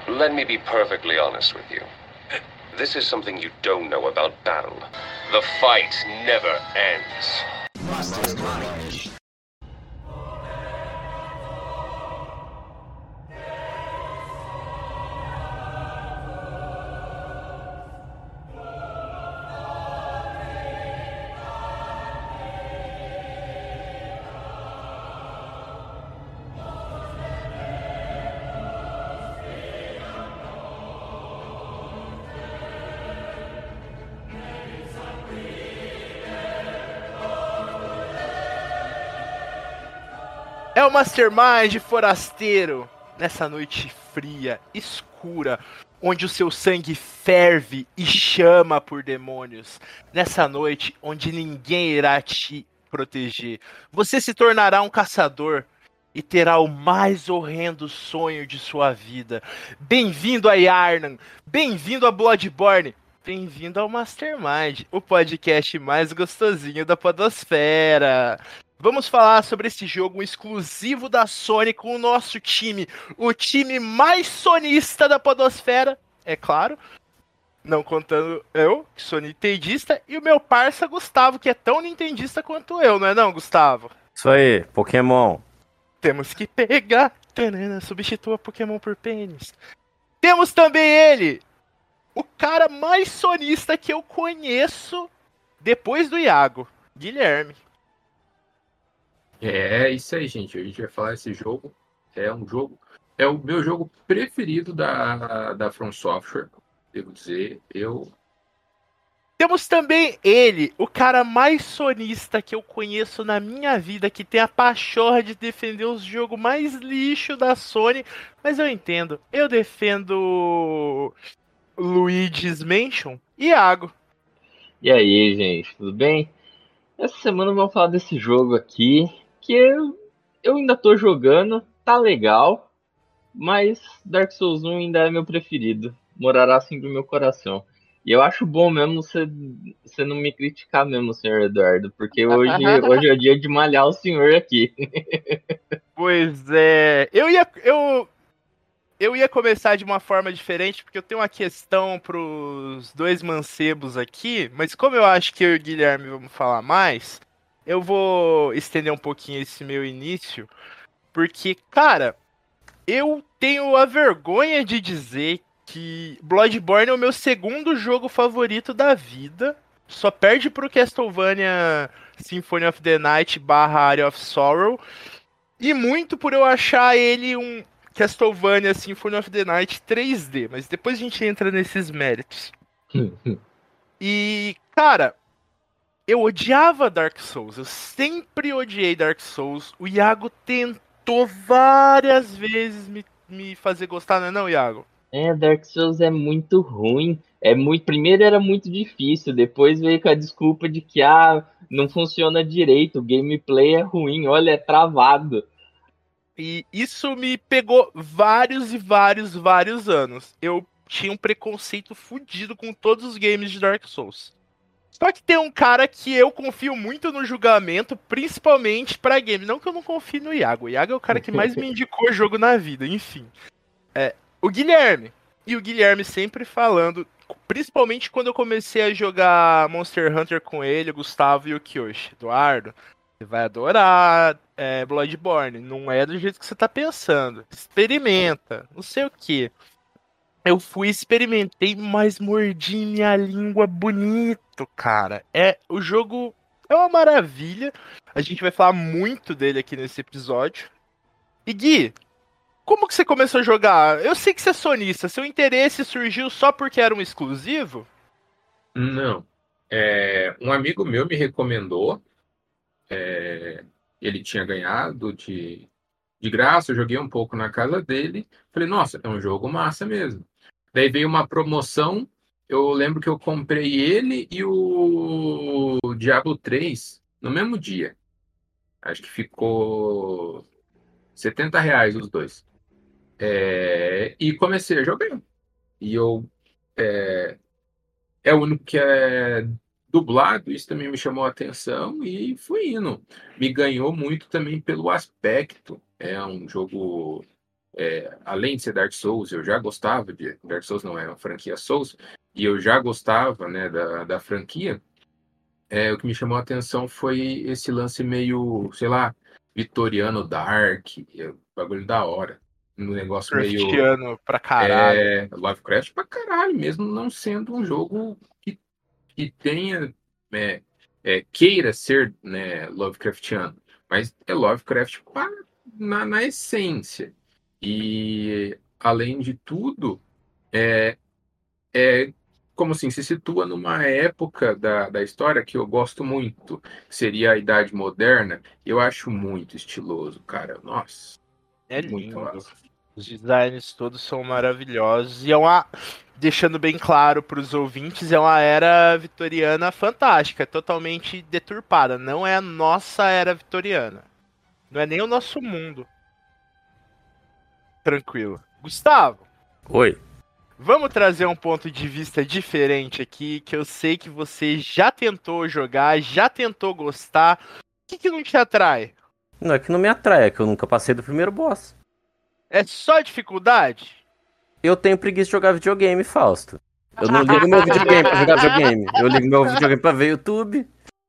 Let me be perfectly honest with you. This is something you don't know about battle. The fight never ends. Master's Mind. É o Mastermind forasteiro, nessa noite fria, escura, onde o seu sangue ferve e chama por demônios. Nessa noite onde ninguém irá te proteger. Você se tornará um caçador e terá o mais horrendo sonho de sua vida. Bem-vindo a Yarnan, bem-vindo a Bloodborne, bem-vindo ao Mastermind, o podcast mais gostosinho da podosfera. Vamos falar sobre esse jogo exclusivo da Sony com o nosso time, o time mais sonista da podosfera, é claro, não contando eu, que sou nintendista, e o meu parça Gustavo, que é tão nintendista quanto eu, não é não, Gustavo? Isso aí, Pokémon. Temos que pegar, substitua Pokémon por pênis. Temos também ele, o cara mais sonista que eu conheço depois do Iago, Guilherme. É isso aí, gente. A gente vai falar desse jogo. É o meu jogo preferido da From Software, devo dizer. Temos também ele, o cara mais sonista que eu conheço na minha vida, que tem a pachorra de defender os jogos mais lixo da Sony, mas eu entendo, eu defendo Luigi's Mansion, Iago. E aí, gente, tudo bem? Essa semana vamos falar desse jogo aqui, que eu ainda tô jogando, tá legal, mas Dark Souls 1 ainda é meu preferido, morará sempre no meu coração. E eu acho bom mesmo você não me criticar mesmo, senhor Eduardo, porque hoje é o dia de malhar o senhor aqui. Pois é, eu ia começar de uma forma diferente, porque eu tenho uma questão pros dois mancebos aqui, mas como eu acho que eu e o Guilherme vamos falar mais, eu vou estender um pouquinho esse meu início, porque, cara, eu tenho a vergonha de dizer que Bloodborne é o meu segundo jogo favorito da vida, só perde pro Castlevania Symphony of the Night / Area of Sorrow, e muito por eu achar ele um Castlevania Symphony of the Night 3D, mas depois a gente entra nesses méritos. E, cara, eu odiava Dark Souls, eu sempre odiei Dark Souls. O Iago tentou várias vezes me fazer gostar, não é não, Iago? Dark Souls é muito ruim. Primeiro era muito difícil, depois veio com a desculpa de que não funciona direito, o gameplay é ruim, olha, é travado. E isso me pegou vários e vários anos. Eu tinha um preconceito fudido com todos os games de Dark Souls. Só que tem um cara que eu confio muito no julgamento, principalmente pra game. Não que eu não confie no Iago. O Iago é o cara que mais me indicou jogo na vida, enfim. O Guilherme. E o Guilherme sempre falando, principalmente quando eu comecei a jogar Monster Hunter com ele, o Gustavo e o Kyoshi. Eduardo, você vai adorar Bloodborne. Não é do jeito que você tá pensando. Experimenta. Não sei o que. Eu fui, experimentei, mas mordi minha língua bonito, cara. O jogo é uma maravilha. A gente vai falar muito dele aqui nesse episódio. E Gui, como que você começou a jogar? Eu sei que você é sonista. Seu interesse surgiu só porque era um exclusivo? Não. Um amigo meu me recomendou. Ele tinha ganhado de graça. Eu joguei um pouco na casa dele. Falei, nossa, é um jogo massa mesmo. Daí veio uma promoção. Eu lembro que eu comprei ele e o Diablo 3 no mesmo dia. Acho que ficou R$ 70 os dois. E comecei a jogar. E é o único que é dublado, isso também me chamou a atenção e fui indo. Me ganhou muito também pelo aspecto. É um jogo além de ser Dark Souls, eu já gostava de Dark Souls, não é uma franquia Souls, e eu já gostava, né, da franquia. O que me chamou a atenção foi esse lance meio, sei lá, vitoriano dark, bagulho da hora. Um negócio meio Craftiano pra caralho. Lovecraft pra caralho, mesmo não sendo um jogo que tenha, é, queira ser, né, Lovecraftiano, mas é Lovecraft na essência. E, além de tudo, é como assim, se situa numa época da história que eu gosto muito, que seria a Idade Moderna. Eu acho muito estiloso, cara. Nossa, É muito lindo. massa. Os designs todos são maravilhosos. E deixando bem claro para os ouvintes, é uma era vitoriana fantástica, totalmente deturpada. Não é a nossa era vitoriana. Não é nem o nosso mundo. Tranquilo. Gustavo, Oi. vamos trazer um ponto de vista diferente aqui, que eu sei que você já tentou jogar, já tentou gostar. O que não te atrai? Não é que não me atrai, é que eu nunca passei do primeiro boss. É só dificuldade? Eu tenho preguiça de jogar videogame, Fausto. Eu não ligo meu videogame pra jogar videogame. Eu ligo meu videogame pra ver YouTube.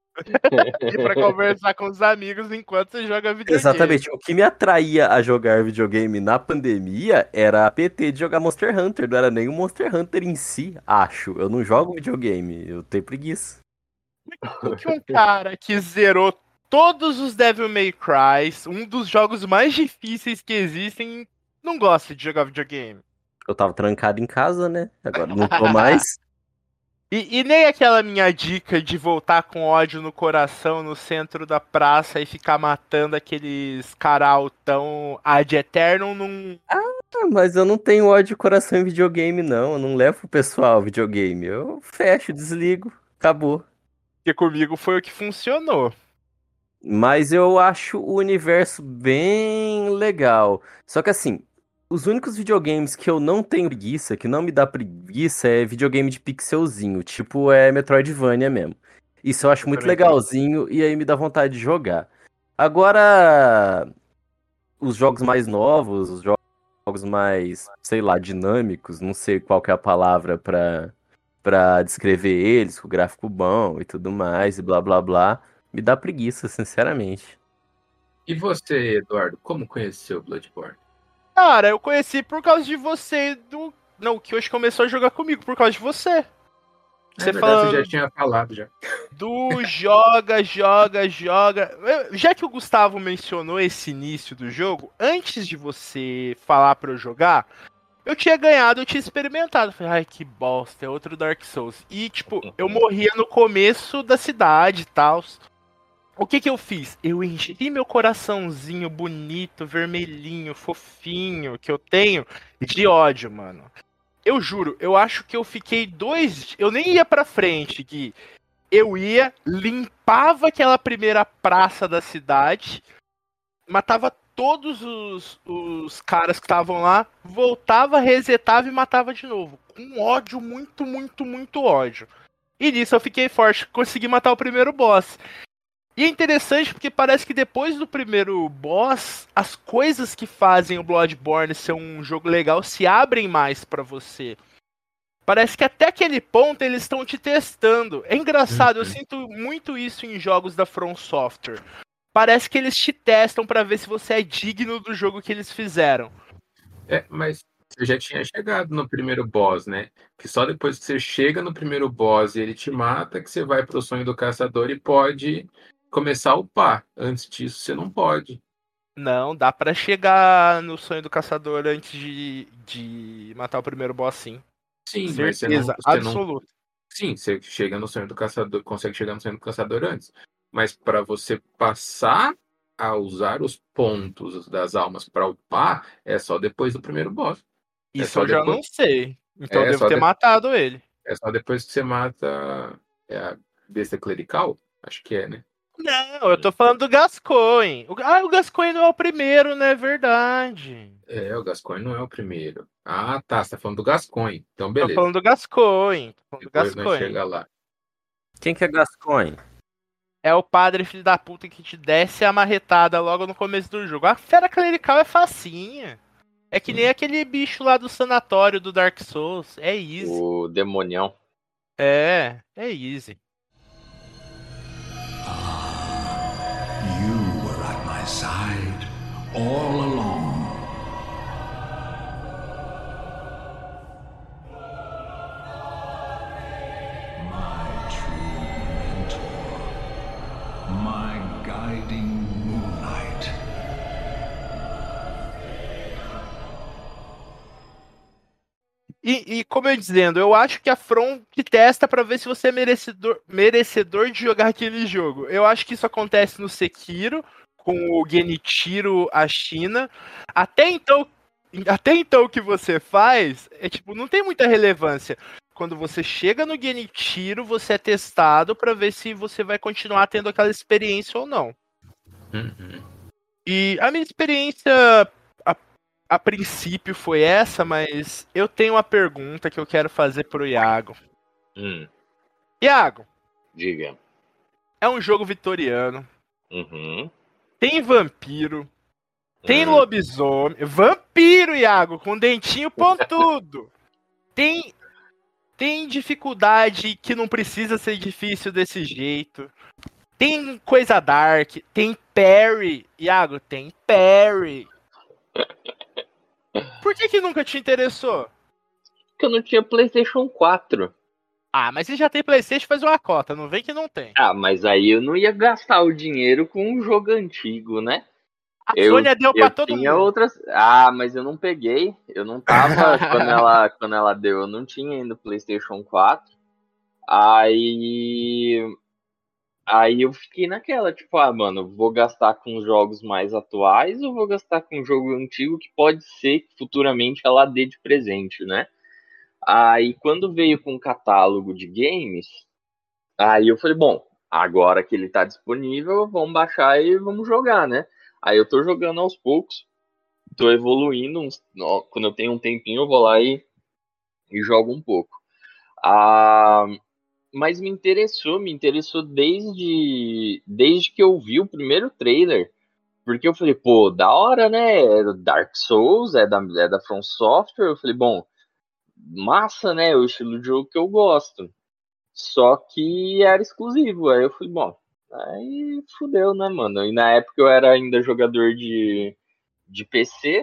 E pra conversar com os amigos enquanto você joga videogame. Exatamente. O que me atraía a jogar videogame na pandemia era a PT de jogar Monster Hunter. Não era nem o Monster Hunter em si, acho. Eu não jogo videogame. Eu tenho preguiça. O que um cara que zerou todos os Devil May Cry, um dos jogos mais difíceis que existem, não gosta de jogar videogame? Eu tava trancado em casa, né? Agora não tô mais. E nem aquela minha dica de voltar com ódio no coração no centro da praça e ficar matando aqueles caral tão ad eternum não. Ah, mas eu não tenho ódio de coração em videogame, não. Eu não levo pro pessoal videogame. Eu fecho, desligo, acabou. Porque comigo foi o que funcionou. Mas eu acho o universo bem legal. Só que assim, os únicos videogames que eu não tenho preguiça, que não me dá preguiça, é videogame de pixelzinho. Tipo, é Metroidvania mesmo. Isso eu acho Eu muito também tenho. legalzinho e aí me dá vontade de jogar. Agora, os jogos mais novos, os jogos mais, sei lá, dinâmicos, não sei qual que é a palavra pra descrever eles, com gráfico bom e tudo mais, e blá blá blá, me dá preguiça, sinceramente. E você, Eduardo, como conheceu Bloodborne? Cara, eu conheci por causa de você do. Não, que hoje começou a jogar comigo por causa de você. É Você verdade, você falando já tinha falado já. do joga, joga, joga. Já que o Gustavo mencionou esse início do jogo, antes de você falar pra eu jogar, eu tinha ganhado, eu tinha experimentado. Falei, ai, que bosta, é outro Dark Souls. E, tipo, eu morria no começo da cidade e tal. O que eu fiz? Eu enchi meu coraçãozinho bonito, vermelhinho, fofinho que eu tenho de ódio, mano. Eu juro, eu acho que eu fiquei 2. Eu nem ia pra frente, Gui. Eu ia, limpava aquela primeira praça da cidade, matava todos os caras que estavam lá, voltava, resetava e matava de novo. Com ódio, muito, muito, muito ódio. E nisso eu fiquei forte, consegui matar o primeiro boss. E é interessante porque parece que depois do primeiro boss, as coisas que fazem o Bloodborne ser um jogo legal se abrem mais pra você. Parece que até aquele ponto eles estão te testando. É engraçado, eu sinto muito isso em jogos da From Software. Parece que eles te testam pra ver se você é digno do jogo que eles fizeram. Mas você já tinha chegado no primeiro boss, né? Que só depois que você chega no primeiro boss e ele te mata, que você vai pro sonho do caçador e pode começar a upar. Antes disso, você não pode. Não, dá pra chegar no sonho do caçador antes de matar o primeiro boss, sim. Sim, mas Certeza, você não. absoluta. Sim, você chega no sonho do caçador, consegue chegar no sonho do caçador antes. Mas para você passar a usar os pontos das almas para upar, é só depois do primeiro boss. É Isso só eu já depois, não sei. Então eu é devo só, ter de- matado ele. é só depois que você mata a besta clerical? Acho que é, né? Não, eu tô falando do Gascoigne. O Gascoigne não é o primeiro, né? Verdade. O Gascoigne não é o primeiro. Ah, tá. Você tá falando do Gascoigne. Então, Tô beleza. falando do Gascoigne. Tô falando do Depois nós Gascoigne. chega lá. Quem que é Gascoigne? É o padre filho da puta que te desce a marretada logo no começo do jogo. A fera clerical é facinha. É que nem aquele bicho lá do sanatório do Dark Souls. É easy. O demonião. É easy. You were at my side all along. My true mentor, my guiding moonlight. E como eu dizendo, eu acho que a From te testa pra ver se você é merecedor de jogar aquele jogo. Eu acho que isso acontece no Sekiro, com o Genichiro Ashina. Até então o que você faz é tipo, não tem muita relevância. Quando você chega no Genichiro, você é testado pra ver se você vai continuar tendo aquela experiência ou não. Uhum. E a minha experiência a princípio foi essa, mas eu tenho uma pergunta que eu quero fazer pro Iago. Iago, Diga. é um jogo vitoriano, Uhum. tem vampiro, tem lobisomem. Vampiro, Iago, com dentinho pontudo. Tem dificuldade que não precisa ser difícil desse jeito. Tem coisa dark, tem parry. Iago, tem parry. Por que nunca te interessou? Porque eu não tinha PlayStation 4. Ah, mas você já tem PlayStation, faz uma cota, não vem que não tem. Ah, mas aí eu não ia gastar o dinheiro com um jogo antigo, né? A Sônia deu pra todo tinha mundo. outras. Ah, mas eu não peguei. Eu não tava quando ela deu. Eu não tinha ainda PlayStation 4. Aí eu fiquei naquela, tipo, mano, vou gastar com os jogos mais atuais ou vou gastar com um jogo antigo que pode ser que futuramente ela dê de presente, né? Aí quando veio com o catálogo de games, aí eu falei, bom, agora que ele tá disponível, vamos baixar e vamos jogar, né? Aí eu tô jogando aos poucos, tô evoluindo, quando eu tenho um tempinho eu vou lá e jogo um pouco. Mas me interessou desde que eu vi o primeiro trailer. Porque eu falei, pô, da hora, né? É do Dark Souls, é da From Software. Eu falei, bom, massa, né? É o estilo de jogo que eu gosto. Só que era exclusivo. Aí eu falei, bom, aí fudeu, né, mano? E na época eu era ainda jogador de PC.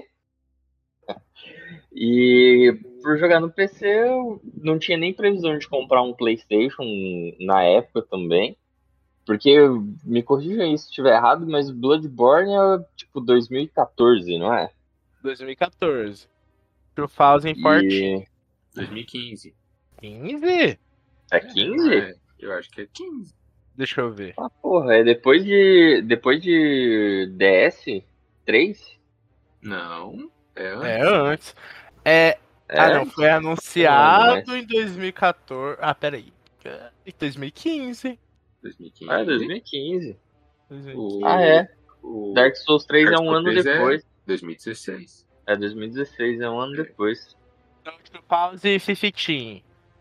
E por jogar no PC, eu não tinha nem previsão de comprar um PlayStation na época também. Porque, me corrija aí se estiver errado, mas Bloodborne é tipo 2014, não é? 2014. 2014. 2015. 15? É 15? Eu acho que é 15. Deixa eu ver. Ah, porra, é depois de DS 3? Não, é antes. É antes. Ah, não, foi Não, anunciado em 2014. Ah, peraí. Em 2015. 2015. é 2015. O, Ah, é. o Dark Souls 3 Dark é um Souls ano 3 depois. 2016. É 2016, é um ano depois. Pause e Fifitim.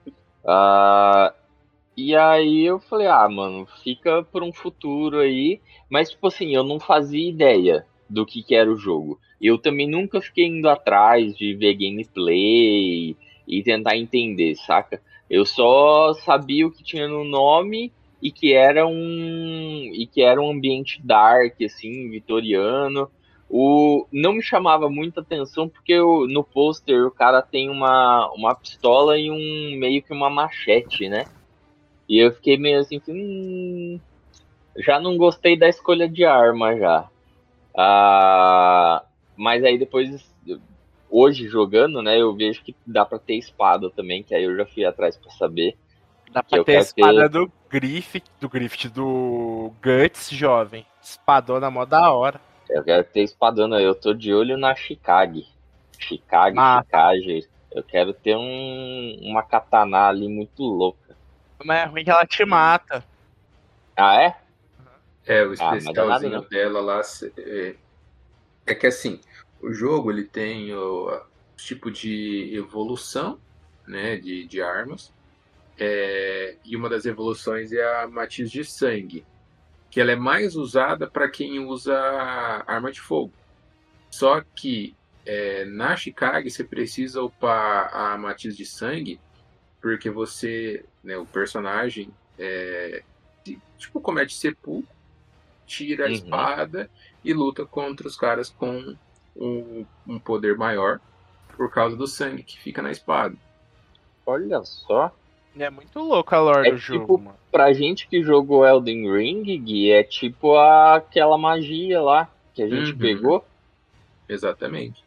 E aí eu falei, mano, fica por um futuro aí. Mas, tipo assim, eu não fazia ideia do que era o jogo. Eu também nunca fiquei indo atrás de ver gameplay e tentar entender, saca? Eu só sabia o que tinha no nome e que era um ambiente dark, assim, vitoriano. Não me chamava muita atenção porque no pôster o cara tem uma pistola e meio que uma machete, né? E eu fiquei meio assim, já não gostei da escolha de arma já. Mas aí depois, hoje jogando, né, eu vejo que dá pra ter espada também, que aí eu já fui atrás pra saber. Dá Que pra eu ter a quero espada ter- do Guts jovem. Espadona mó da hora. Eu quero ter espadona, eu tô de olho na Chikage. Chikage. Eu quero ter uma katana ali muito louca. Mas é ruim que ela te mata. Ah, é? O mas não é nada, especialzinho não. dela lá é que assim, o jogo ele tem o tipo de evolução, né, de armas. E uma das evoluções é a matiz de sangue, que ela é mais usada para quem usa arma de fogo. Só que Na Chicago você precisa upar a Matiz de Sangue, porque você, né, o personagem tipo comete sepulcro, tira a espada e luta contra os caras com um poder maior por causa do sangue que fica na espada. Olha só. É muito louco a lore do jogo, tipo, mano. Pra gente que jogou Elden Ring, Gui, é tipo aquela magia lá que a gente pegou. Exatamente.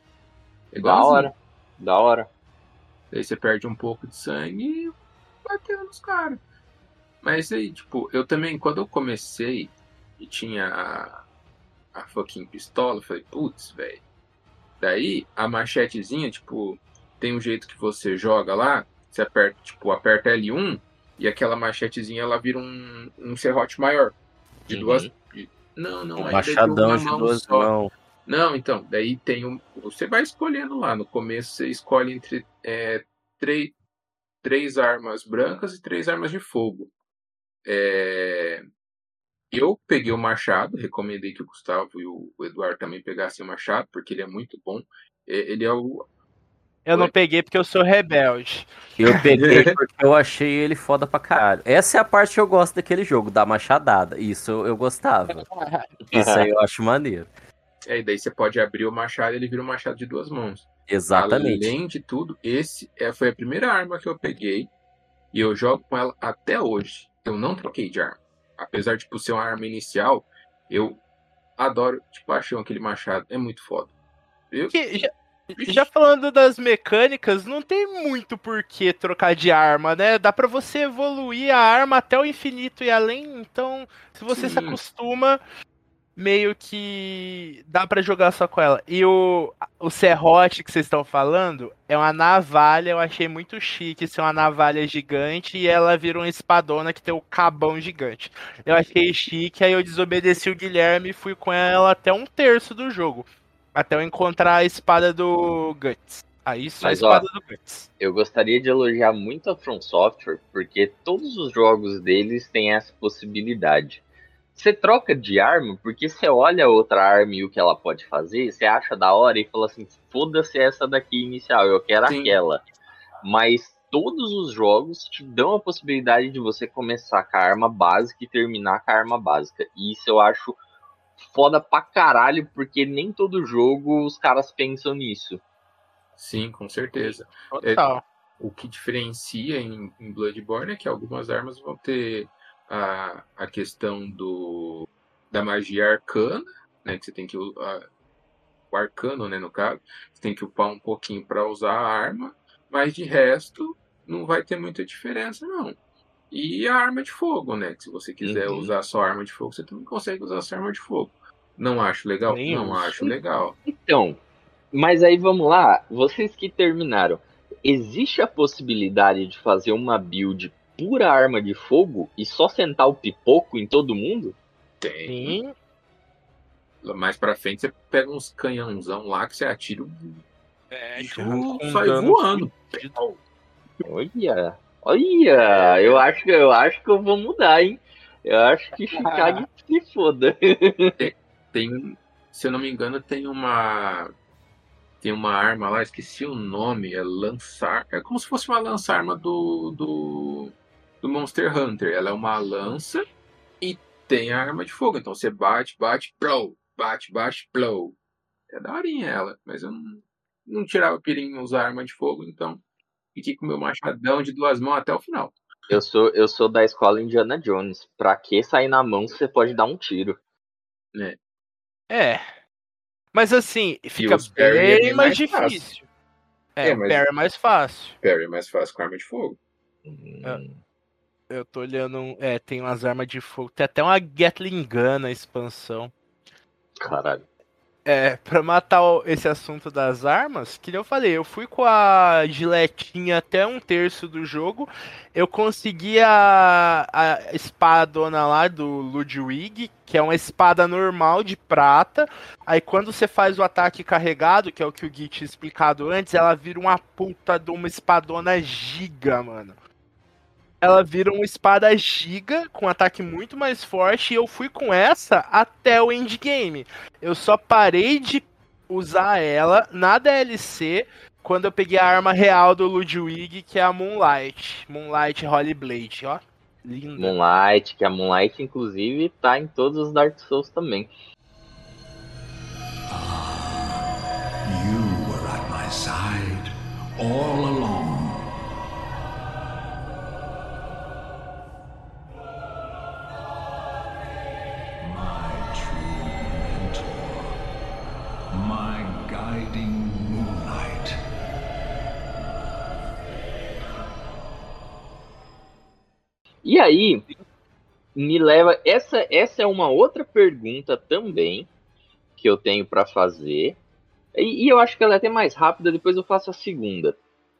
Da hora. Daí você perde um pouco de sangue e bateu nos caras. Mas aí, tipo, eu também, quando eu comecei e tinha a fucking pistola, eu falei, putz, velho. Daí, a machetezinha, tipo, tem um jeito que você joga lá, você aperta L1 e aquela machetezinha, ela vira um serrote maior. De duas... Não, Um machadão de duas mãos. Não, então, daí tem você vai escolhendo lá. No começo você escolhe entre três armas brancas e 3 armas de fogo. Eu peguei o machado, recomendei que o Gustavo e o Eduardo também pegassem o machado, porque ele é muito bom. Ele é o... Eu não peguei porque eu sou rebelde. Eu peguei porque eu achei ele foda pra caralho. Essa é a parte que eu gosto daquele jogo, da machadada. Isso eu gostava. Isso aí eu acho maneiro. E daí você pode abrir o machado e ele vira um machado de 2 mãos. Exatamente. Além de tudo, foi a primeira arma que eu peguei e eu jogo com ela até hoje. Eu não troquei de arma. Apesar de ser uma arma inicial, eu adoro, achei aquele machado. É muito foda. Já falando das mecânicas, não tem muito por que trocar de arma, né? Dá pra você evoluir a arma até o infinito e além, então se você se acostuma, meio que dá pra jogar só com ela. E o serrote que vocês estão falando é uma navalha, eu achei muito chique ser uma navalha gigante e ela vira uma espadona que tem o cabão gigante. Eu achei chique, aí eu desobedeci o Guilherme e fui com ela até 1/3 do jogo. Até eu encontrar a espada do Guts. Aí só a espada do Guts. Eu gostaria de elogiar muito a From Software, porque todos os jogos deles têm essa possibilidade. Você troca de arma, porque você olha a outra arma e o que ela pode fazer, você acha da hora e fala assim, foda-se essa daqui inicial, eu quero aquela. Mas todos os jogos te dão a possibilidade de você começar com a arma básica e terminar com a arma básica. E isso eu acho foda pra caralho, porque nem todo jogo os caras pensam nisso. Sim, com certeza. Total. O que diferencia em Bloodborne é que algumas armas vão ter a questão da magia arcana, né, que você tem que o arcano, né, no caso, você tem que upar um pouquinho para usar a arma, mas de resto não vai ter muita diferença, não. E a arma de fogo, né? Que se você quiser usar só arma de fogo, você também consegue usar só arma de fogo. Não acho legal? Não acho legal. Então, mas aí vamos lá. Vocês que terminaram, existe a possibilidade de fazer uma build pura arma de fogo e só sentar o pipoco em todo mundo? Tem. Sim. Mais pra frente você pega uns canhãozão lá que você atira e sai voando. Olha, eu acho que eu vou mudar, hein? Eu acho que Chicago se foda. Se eu não me engano, tem uma arma lá, esqueci o nome, é lançar. É como se fosse uma lança-arma do Monster Hunter. Ela é uma lança e tem a arma de fogo. Então você bate, blow. Bate, blow. É daorinha ela, mas eu não tirava pirinho em usar arma de fogo, então fiquei com meu machadão de 2 mãos até o final. Eu sou da escola Indiana Jones. Pra que sair na mão se você pode dar um tiro? Mas assim, fica bem mais difícil. Mas o parry é mais fácil. Parry é mais fácil com arma de fogo. Eu tô olhando. Tem umas armas de fogo. Tem até uma Gatling Gun na expansão. Caralho. Pra matar esse assunto das armas, que eu falei, eu fui com a giletinha até 1/3 do jogo, eu consegui a espadona lá do Ludwig, que é uma espada normal de prata, aí quando você faz o ataque carregado, que é o que o Gui tinha explicado antes, ela vira uma puta de uma espadona giga, mano. Ela vira uma espada giga, com um ataque muito mais forte, e eu fui com essa até o endgame. Eu só parei de usar ela na DLC quando eu peguei a arma real do Ludwig, que é a Moonlight Holy Blade, ó. Linda. Moonlight, que a Moonlight, inclusive, tá em todos os Dark Souls também. You were at my side all along. My true mentor, my guiding moonlight. E aí, me leva... Essa é uma outra pergunta também que eu tenho pra fazer. E eu acho que ela é até mais rápida, depois eu faço a segunda.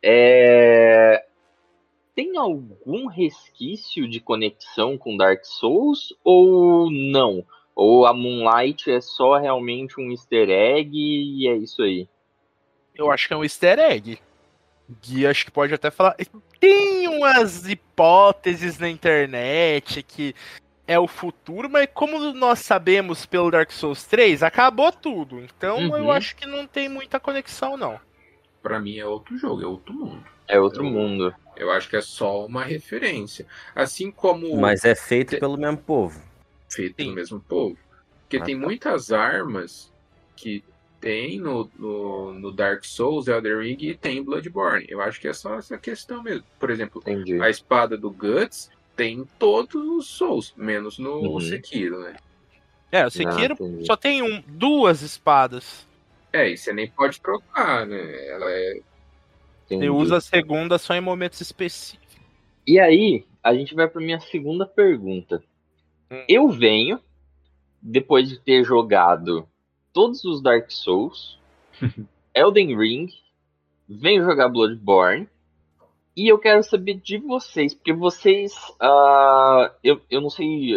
Tem algum resquício de conexão com Dark Souls ou não? Ou a Moonlight é só realmente um easter egg e é isso aí? Eu acho que é um easter egg. Gui, acho que pode até falar. Tem umas hipóteses na internet que é o futuro, mas como nós sabemos pelo Dark Souls 3, acabou tudo. Então eu acho que não tem muita conexão, não. Pra mim é outro jogo, é outro mundo. É outro mundo. Eu acho que é só uma referência. Assim como Mas é feito pelo mesmo povo. feito Sim. pelo mesmo povo. Porque tem muitas armas que tem no Dark Souls, Elden Ring e tem em Bloodborne. Eu acho que é só essa questão mesmo. Por exemplo, Entendi. a espada do Guts tem em todos os Souls, menos no Sekiro, né? O Sekiro entendi. só tem duas espadas. E você nem pode trocar, né? Ela é... Entendi. Você usa a segunda só em momentos específicos. E aí, a gente vai pra minha segunda pergunta. Eu venho, depois de ter jogado todos os Dark Souls, Elden Ring, venho jogar Bloodborne, e eu quero saber de vocês, porque vocês, eu não sei,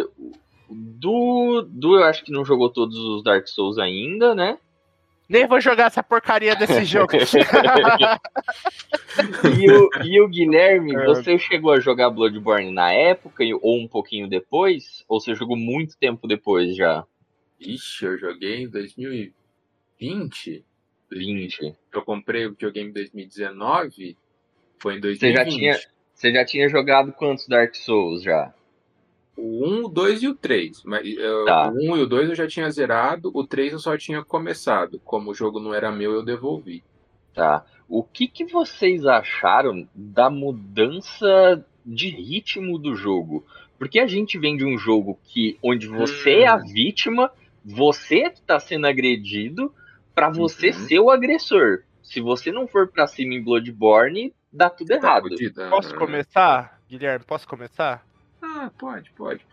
eu acho que não jogou todos os Dark Souls ainda, né? Nem vou jogar essa porcaria desse jogo. E o Guilherme, você chegou a jogar Bloodborne na época ou um pouquinho depois? Ou você jogou muito tempo depois já? Ixi, eu joguei em 2020. 20. Eu comprei o videogame em 2019. Foi em 2020. Você já tinha jogado quantos Dark Souls já? O 1, o 2 e o 3. Mas, Tá. O 1 e o 2 eu já tinha zerado. O 3 eu só tinha começado. Como o jogo não era meu, eu devolvi. Tá. O que vocês acharam da mudança de ritmo do jogo? Porque a gente vem de um jogo onde você é a vítima, você tá sendo agredido, pra você ser o agressor. Se você não for pra cima em Bloodborne, dá tudo errado. Posso começar, Guilherme? Posso começar? Ah, pode.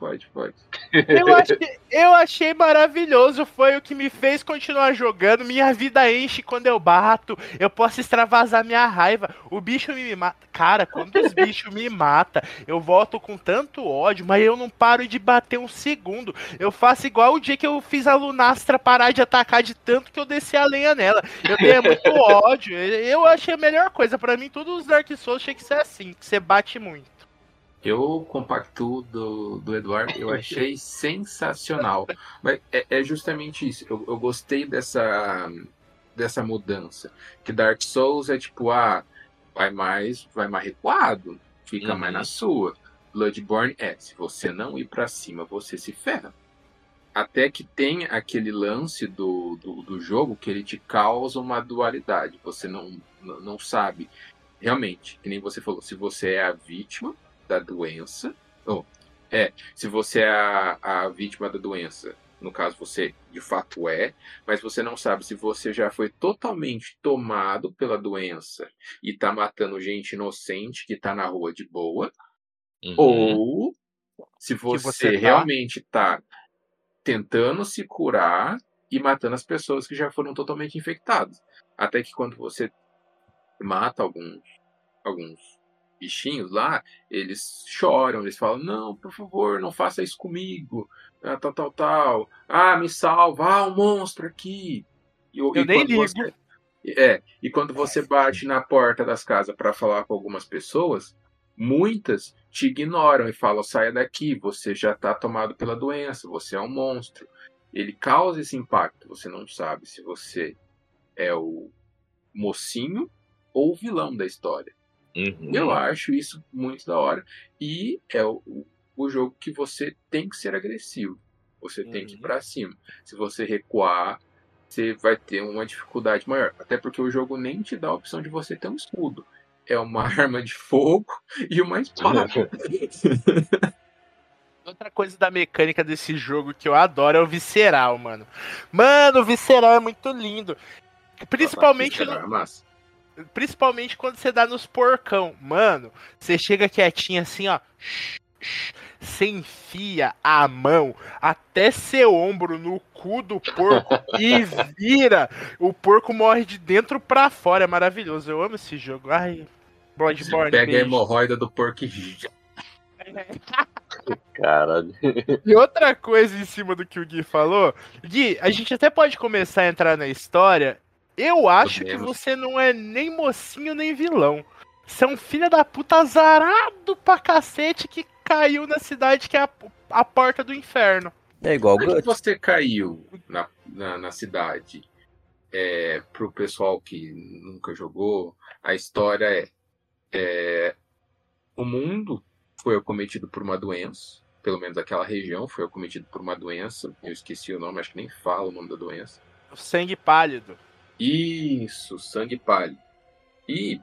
Eu achei maravilhoso, foi o que me fez continuar jogando. Minha vida enche quando eu bato, eu posso extravasar minha raiva. O bicho me mata. Cara, quando os bichos me matam, eu volto com tanto ódio, mas eu não paro de bater um segundo. Eu faço igual o dia que eu fiz a Lunastra parar de atacar de tanto que eu desci a lenha nela. Eu tenho muito ódio. Eu achei a melhor coisa. Pra mim, todos os Dark Souls tinha que ser assim, que você bate muito. Eu compacto do Eduardo, eu achei sensacional. Mas é justamente isso. Eu gostei dessa mudança. Que Dark Souls é tipo, vai mais recuado, fica mais na sua. Bloodborne se você não ir pra cima, você se ferra. Até que tem aquele lance do jogo que ele te causa uma dualidade. Você não sabe. Realmente, que nem você falou, se você é a vítima da doença, se você é a vítima da doença, no caso você de fato mas você não sabe se você já foi totalmente tomado pela doença e tá matando gente inocente que tá na rua de boa, ou se você realmente tá tentando se curar e matando as pessoas que já foram totalmente infectadas. Até que quando você mata alguns bichinhos lá, eles choram, eles falam, não, por favor, não faça isso comigo, tal. Me salva, um monstro aqui. Eu nem ligo. E quando você bate na porta das casas para falar com algumas pessoas, muitas te ignoram e falam, saia daqui, você já está tomado pela doença, você é um monstro. Ele causa esse impacto, você não sabe se você é o mocinho ou o vilão da história. Uhum. Eu acho isso muito da hora. E é o jogo que você tem que ser agressivo. Você tem que ir pra cima. Se você recuar, você vai ter uma dificuldade maior. Até porque o jogo nem te dá a opção de você ter um escudo. É uma arma de fogo e uma espada. Outra coisa da mecânica desse jogo que eu adoro é o Visceral, mano. Mano, o Visceral é muito lindo. Principalmente, Massa. principalmente quando você dá nos porcão. Mano, você chega quietinho assim, ó. Você enfia a mão até seu ombro no cu do porco e vira. O porco morre de dentro pra fora. É maravilhoso. Eu amo esse jogo. Ai, Bloodborne. Pega a beijo. hemorroida do porco e... Caralho. E outra coisa em cima do que o Gui falou, Gui, a gente até pode começar a entrar na história. Eu acho que Podemos. você não é nem mocinho nem vilão. Você é um filho da puta azarado pra cacete que caiu na cidade que é a porta do inferno. É igual o Como é que Guts. você caiu na cidade? Pro pessoal que nunca jogou, a história o mundo foi acometido por uma doença, pelo menos aquela região foi acometido por uma doença, eu esqueci o nome, acho que nem falo o nome da doença. O sangue pálido. Isso, sangue pálido. E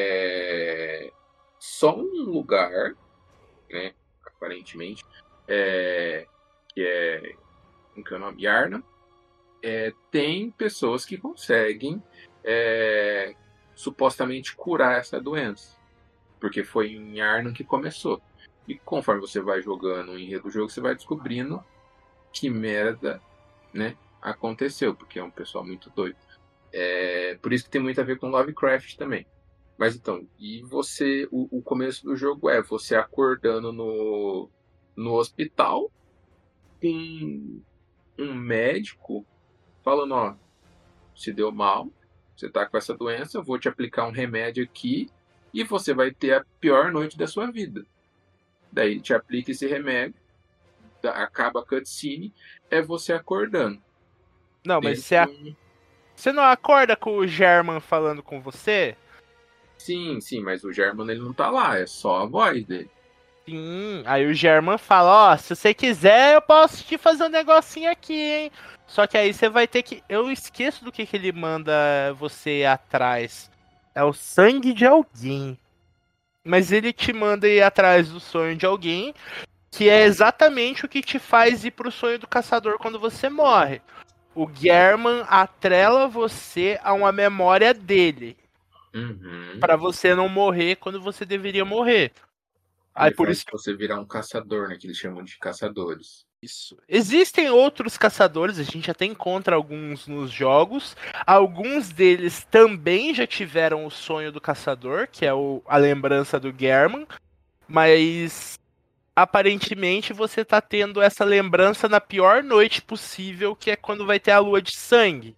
só um lugar, né, aparentemente, que é, como que é o nome? Yarna, tem pessoas que conseguem supostamente curar essa doença. Porque foi em Yarna que começou. E conforme você vai jogando o enredo do jogo, você vai descobrindo que merda, né, aconteceu. Porque é um pessoal muito doido. Por isso que tem muito a ver com Lovecraft também. Mas então, e você, o começo do jogo é você acordando no hospital com um médico falando, ó, se deu mal, você tá com essa doença, eu vou te aplicar um remédio aqui e você vai ter a pior noite da sua vida. Daí ele te aplica esse remédio, acaba a cutscene, é você acordando. Não, mas Dentro- você não acorda com o German falando com você? Sim, mas o German ele não tá lá, é só a voz dele. Sim, aí o German fala, ó, se você quiser eu posso te fazer um negocinho aqui, hein. Só que aí você vai ter que... Eu esqueço do que ele manda você ir atrás. É o sangue de alguém. Mas ele te manda ir atrás do sonho de alguém, que é exatamente o que te faz ir pro sonho do caçador quando você morre. O German atrela você a uma memória dele, Uhum. pra você não morrer quando você deveria morrer. Aí Ele por faz isso que você virar um caçador, né? Que eles chamam de caçadores. isso. Existem outros caçadores, a gente até encontra alguns nos jogos. Alguns deles também já tiveram o sonho do caçador, que é a lembrança do German. Mas aparentemente você tá tendo essa lembrança na pior noite possível, que é quando vai ter a lua de sangue.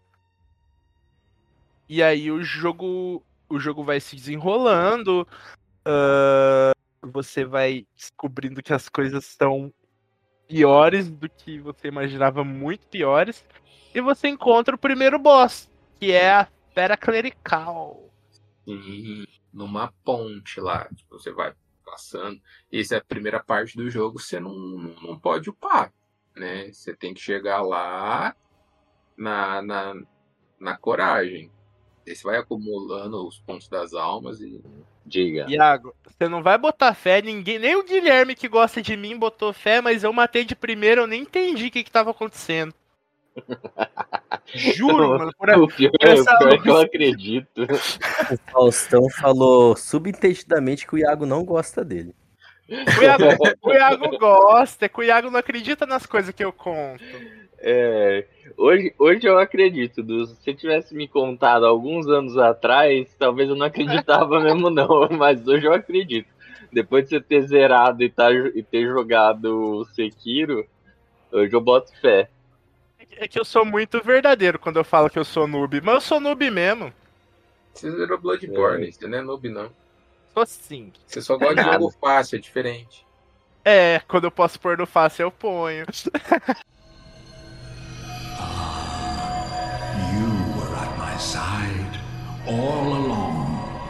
E aí o jogo vai se desenrolando. Você vai descobrindo que as coisas estão piores do que você imaginava, muito piores. E você encontra o primeiro boss, que é a Fera Clerical. E numa ponte lá, tipo, você vai passando. Essa é a primeira parte do jogo, você não pode upar, né? Você tem que chegar lá na coragem. Aí você vai acumulando os pontos das almas e... Diga. Iago, você não vai botar fé, ninguém, nem o Guilherme que gosta de mim botou fé, mas eu matei de primeira, eu nem entendi o que tava acontecendo. Juro, mano. O pior é que eu acredito. O Faustão falou subentendidamente que o Iago não gosta dele. O Iago gosta, é que o Iago não acredita nas coisas que eu conto. Hoje eu acredito. Se você tivesse me contado alguns anos atrás, talvez eu não acreditava mesmo não, mas hoje eu acredito. Depois de você ter zerado e ter jogado o Sekiro, hoje eu boto fé. É que eu sou muito verdadeiro quando eu falo que eu sou noob, mas eu sou noob mesmo. Você zerou Bloodborne, você não é noob, não. Sou sim. Você só gosta de jogo fácil, é diferente. Quando eu posso pôr no fácil, eu ponho. You were at my side all along.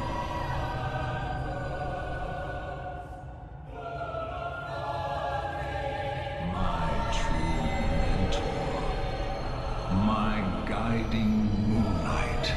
My true mentor, my guiding moonlight.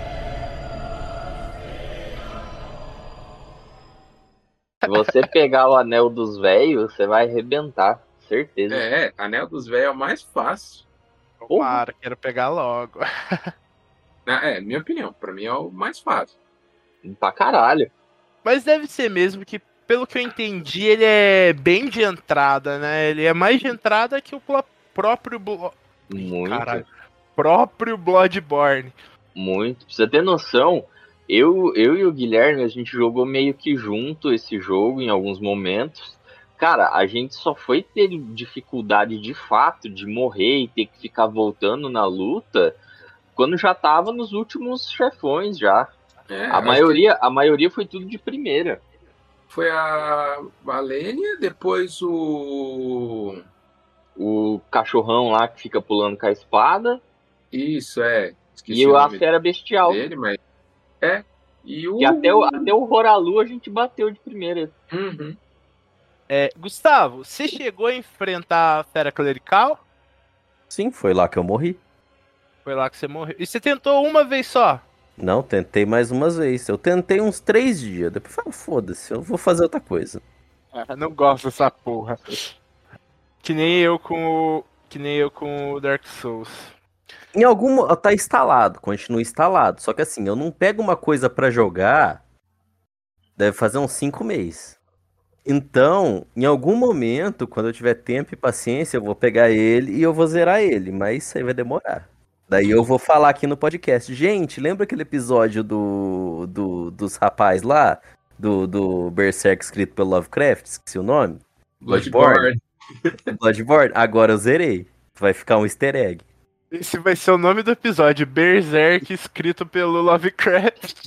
Se você pegar o anel dos velhos, você vai arrebentar. Certeza. Anel dos Velhos é o mais fácil. Tomara, quero pegar logo. Minha opinião. Pra mim é o mais fácil. Pra caralho. Mas deve ser mesmo que, pelo que eu entendi, ele é bem de entrada, né? Ele é mais de entrada que o próprio Muito. próprio Bloodborne. Muito. Pra você ter noção, eu e o Guilherme, a gente jogou meio que junto esse jogo em alguns momentos. Cara, a gente só foi ter dificuldade de fato de morrer e ter que ficar voltando na luta quando já tava nos últimos chefões já. A maioria foi tudo de primeira. Foi a Valênia, depois o cachorrão lá que fica pulando com a espada. Isso, esqueci e a fera bestial dele, mas e até o Horalu a gente bateu de primeira. Uhum. Gustavo, você chegou a enfrentar a fera clerical? Sim, foi lá que eu morri. Foi lá que você morreu. E você tentou uma vez só? Não, tentei mais umas vezes. Eu tentei uns 3 dias. Depois falei, foda-se, eu vou fazer outra coisa. Não gosto dessa porra. Que nem eu com o Dark Souls. Em algum... Tá instalado, continua instalado. Só que assim, eu não pego uma coisa pra jogar... Deve fazer uns 5 meses. Então, em algum momento, quando eu tiver tempo e paciência, eu vou pegar ele e eu vou zerar ele. Mas isso aí vai demorar. Daí eu vou falar aqui no podcast. Gente, lembra aquele episódio dos rapazes lá? Do Berserk escrito pelo Lovecraft? Esqueci o nome. Bloodborne. Bloodborne. Agora eu zerei. Vai ficar um easter egg. Esse vai ser o nome do episódio. Berserk escrito pelo Lovecraft.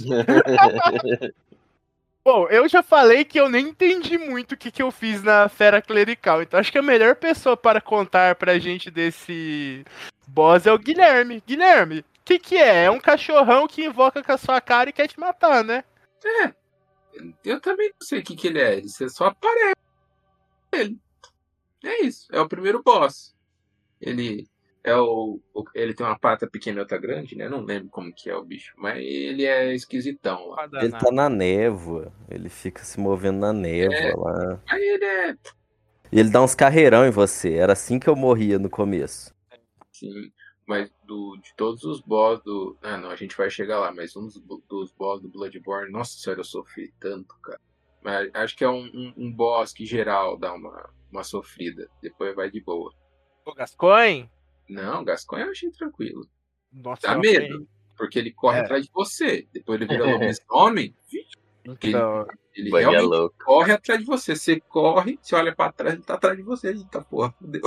Bom, eu já falei que eu nem entendi muito o que eu fiz na Fera Clerical, então acho que a melhor pessoa para contar pra gente desse boss é o Guilherme. Guilherme, o que é? É um cachorrão que invoca com a sua cara e quer te matar, né? Eu também não sei o que ele é, você só aparece ele. É isso, é o primeiro boss. Ele ele tem uma pata pequena e outra grande, né? Não lembro como que é o bicho, mas ele é esquisitão lá. Ele tá na névoa, ele fica se movendo na névoa lá. Aí ele é... E ele dá uns carreirão em você, era assim que eu morria no começo. Sim, mas de todos os boss do... não, a gente vai chegar lá, mas um dos boss do Bloodborne, nossa senhora, eu sofri tanto, cara. Mas acho que é um boss que geral dá uma sofrida, depois vai de boa. O Gascoigne? Não, Gascoigne eu achei tranquilo. Nossa, dá medo, porque ele corre atrás de você. Depois ele vira lobisomem, então, ele realmente corre atrás de você. Você corre, você olha pra trás, ele tá atrás de você. Eita porra, fudeu.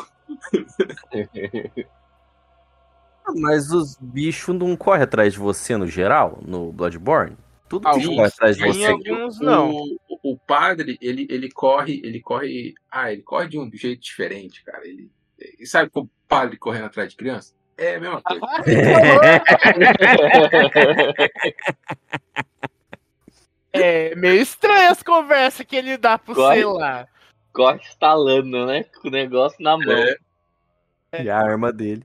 Mas os bichos não correm atrás de você no geral, no Bloodborne? Tudo que corre atrás de você. Alguns não. O padre, ele corre. Ele corre de um jeito diferente, cara. E sabe como o padre correndo atrás de criança? É a mesma coisa. É meio estranho as conversas que ele dá pro sei lá. Corre estalando, né? Com o negócio na mão. E a arma dele.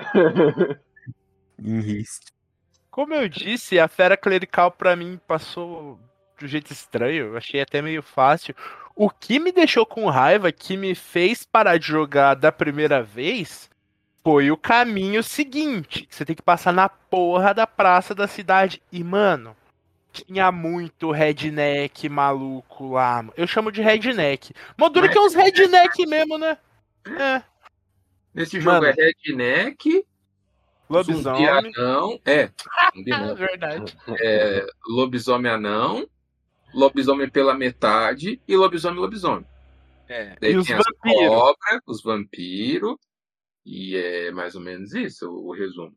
Em riste. Como eu disse, a Fera Clerical pra mim passou de um jeito estranho. Eu achei até meio fácil. O que me deixou com raiva, que me fez parar de jogar da primeira vez, foi o caminho seguinte. Você tem que passar na porra da praça da cidade. E, mano, tinha muito redneck maluco lá. Eu chamo de redneck. Modura que é uns redneck mesmo, né? Nesse jogo é redneck, lobisomem anão. Verdade. Lobisomem anão, lobisomem pela metade e lobisomem. Daí e os tem vampiros. As cobras, os vampiros. E é mais ou menos isso o resumo.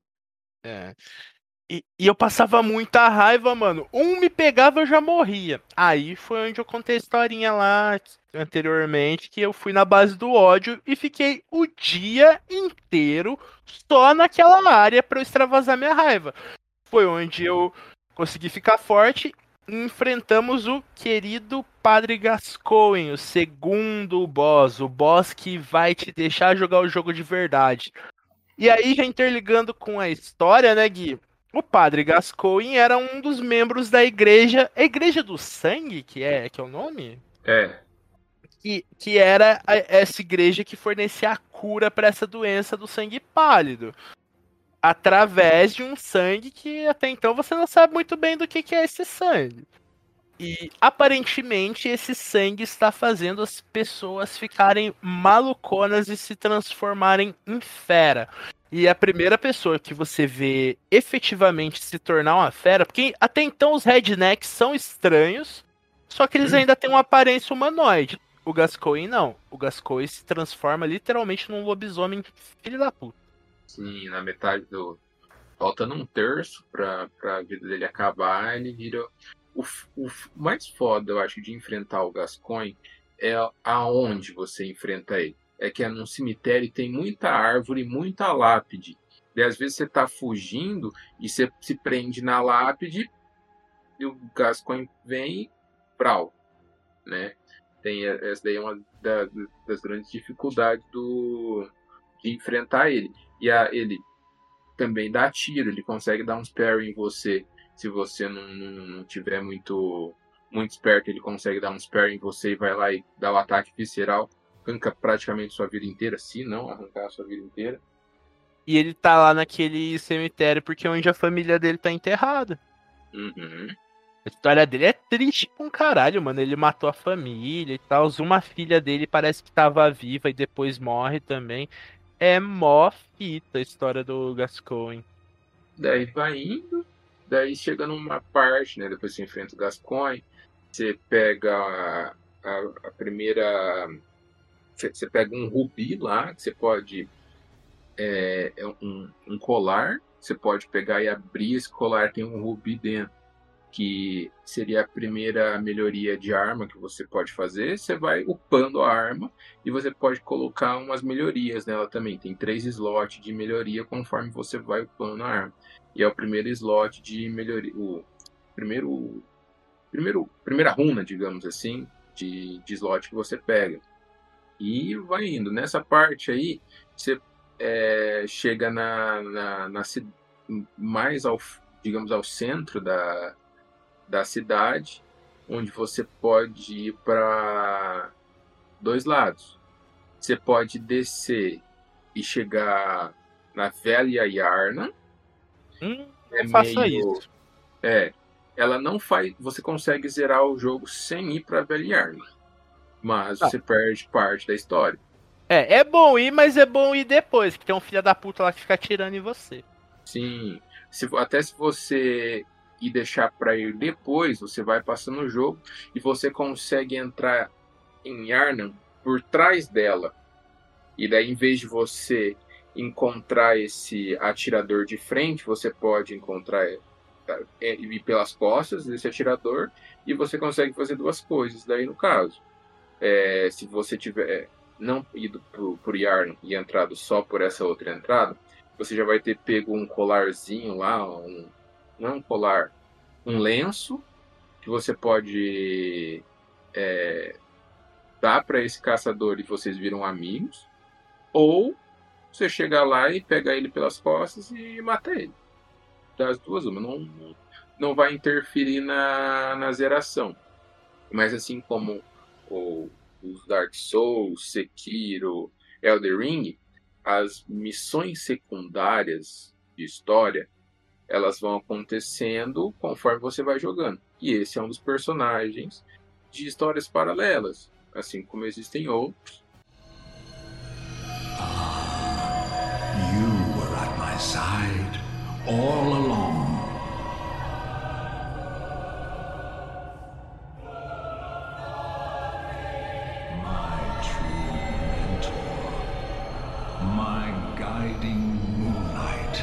E eu passava muita raiva, mano. Um me pegava, eu já morria. Aí foi onde eu contei a historinha lá anteriormente, que eu fui na base do ódio e fiquei o dia inteiro só naquela área pra eu extravasar minha raiva. Foi onde eu consegui ficar forte. Enfrentamos o querido Padre Gascoigne, o segundo boss, o boss que vai te deixar jogar o jogo de verdade. E aí, já interligando com a história, né, Gui? O Padre Gascoigne era um dos membros da igreja, a Igreja do Sangue, que é o nome? É. Que era essa igreja que fornecia a cura para essa doença do sangue pálido. Através de um sangue que até então você não sabe muito bem do que é esse sangue. E aparentemente esse sangue está fazendo as pessoas ficarem maluconas e se transformarem em fera. E a primeira pessoa que você vê efetivamente se tornar uma fera, porque até então os rednecks são estranhos, só que eles ainda têm uma aparência humanoide. O Gascoigne não. O Gascoigne se transforma literalmente num lobisomem filho da puta. Sim, na metade do. Faltando um terço pra vida dele acabar, ele vira. O mais foda, eu acho, de enfrentar o Gascoigne é aonde você enfrenta ele. É que é num cemitério e tem muita árvore, muita lápide. E às vezes você tá fugindo e você se prende na lápide e o Gascoigne vem e brau, né? Essa daí é uma das grandes dificuldades de enfrentar ele. E ele também dá tiro, ele consegue dar uns parry em você. Se você não tiver muito esperto, ele consegue dar uns parry em você e vai lá e dá o ataque visceral. Arranca praticamente sua vida inteira, se não arrancar a sua vida inteira. E ele tá lá naquele cemitério porque é onde a família dele tá enterrada. Uhum. A história dele é triste pra um caralho, mano. Ele matou a família e tal. Uma filha dele parece que tava viva e depois morre também. É mó fita a história do Gascoigne. Daí vai indo, daí chega numa parte, né? Depois você enfrenta o Gascoigne, você pega a primeira. Você pega um rubi lá, que você pode. É um colar, você pode pegar e abrir esse colar, tem um rubi dentro, que seria a primeira melhoria de arma que você pode fazer. Você vai upando a arma e você pode colocar umas melhorias nela também. Tem 3 slots de melhoria conforme você vai upando a arma. E é o primeiro slot de melhoria. Primeira runa, digamos assim, de slot que você pega. E vai indo. Nessa parte aí, você chega mais digamos, ao centro da cidade, onde você pode ir para 2 lados. Você pode descer e chegar na Velha Yarna. Não faça isso. Ela não faz. Você consegue zerar o jogo sem ir para Velha Yarna, mas você perde parte da história. É bom ir, mas é bom ir depois, que tem um filho da puta lá que fica atirando em você. Sim. Até se você e deixar para ir depois, você vai passando o jogo e você consegue entrar em Yarnam por trás dela. E daí, em vez de você encontrar esse atirador de frente, você pode ir pelas costas desse atirador e você consegue fazer 2 coisas. Daí, no caso, se você tiver não ido por Yarnam e entrado só por essa outra entrada, você já vai ter pego um colarzinho lá, não é um colar, um lenço que você pode dar para esse caçador e vocês viram amigos, ou você chega lá e pega ele pelas costas e mata ele. Das duas, uma não vai interferir na zeração. Mas assim como os Dark Souls, Sekiro, Elden Ring, as missões secundárias de história, elas vão acontecendo conforme você vai jogando. E esse é um dos personagens de histórias paralelas, assim como existem outros. You were at my side all along. My true mentor, my guiding moonlight.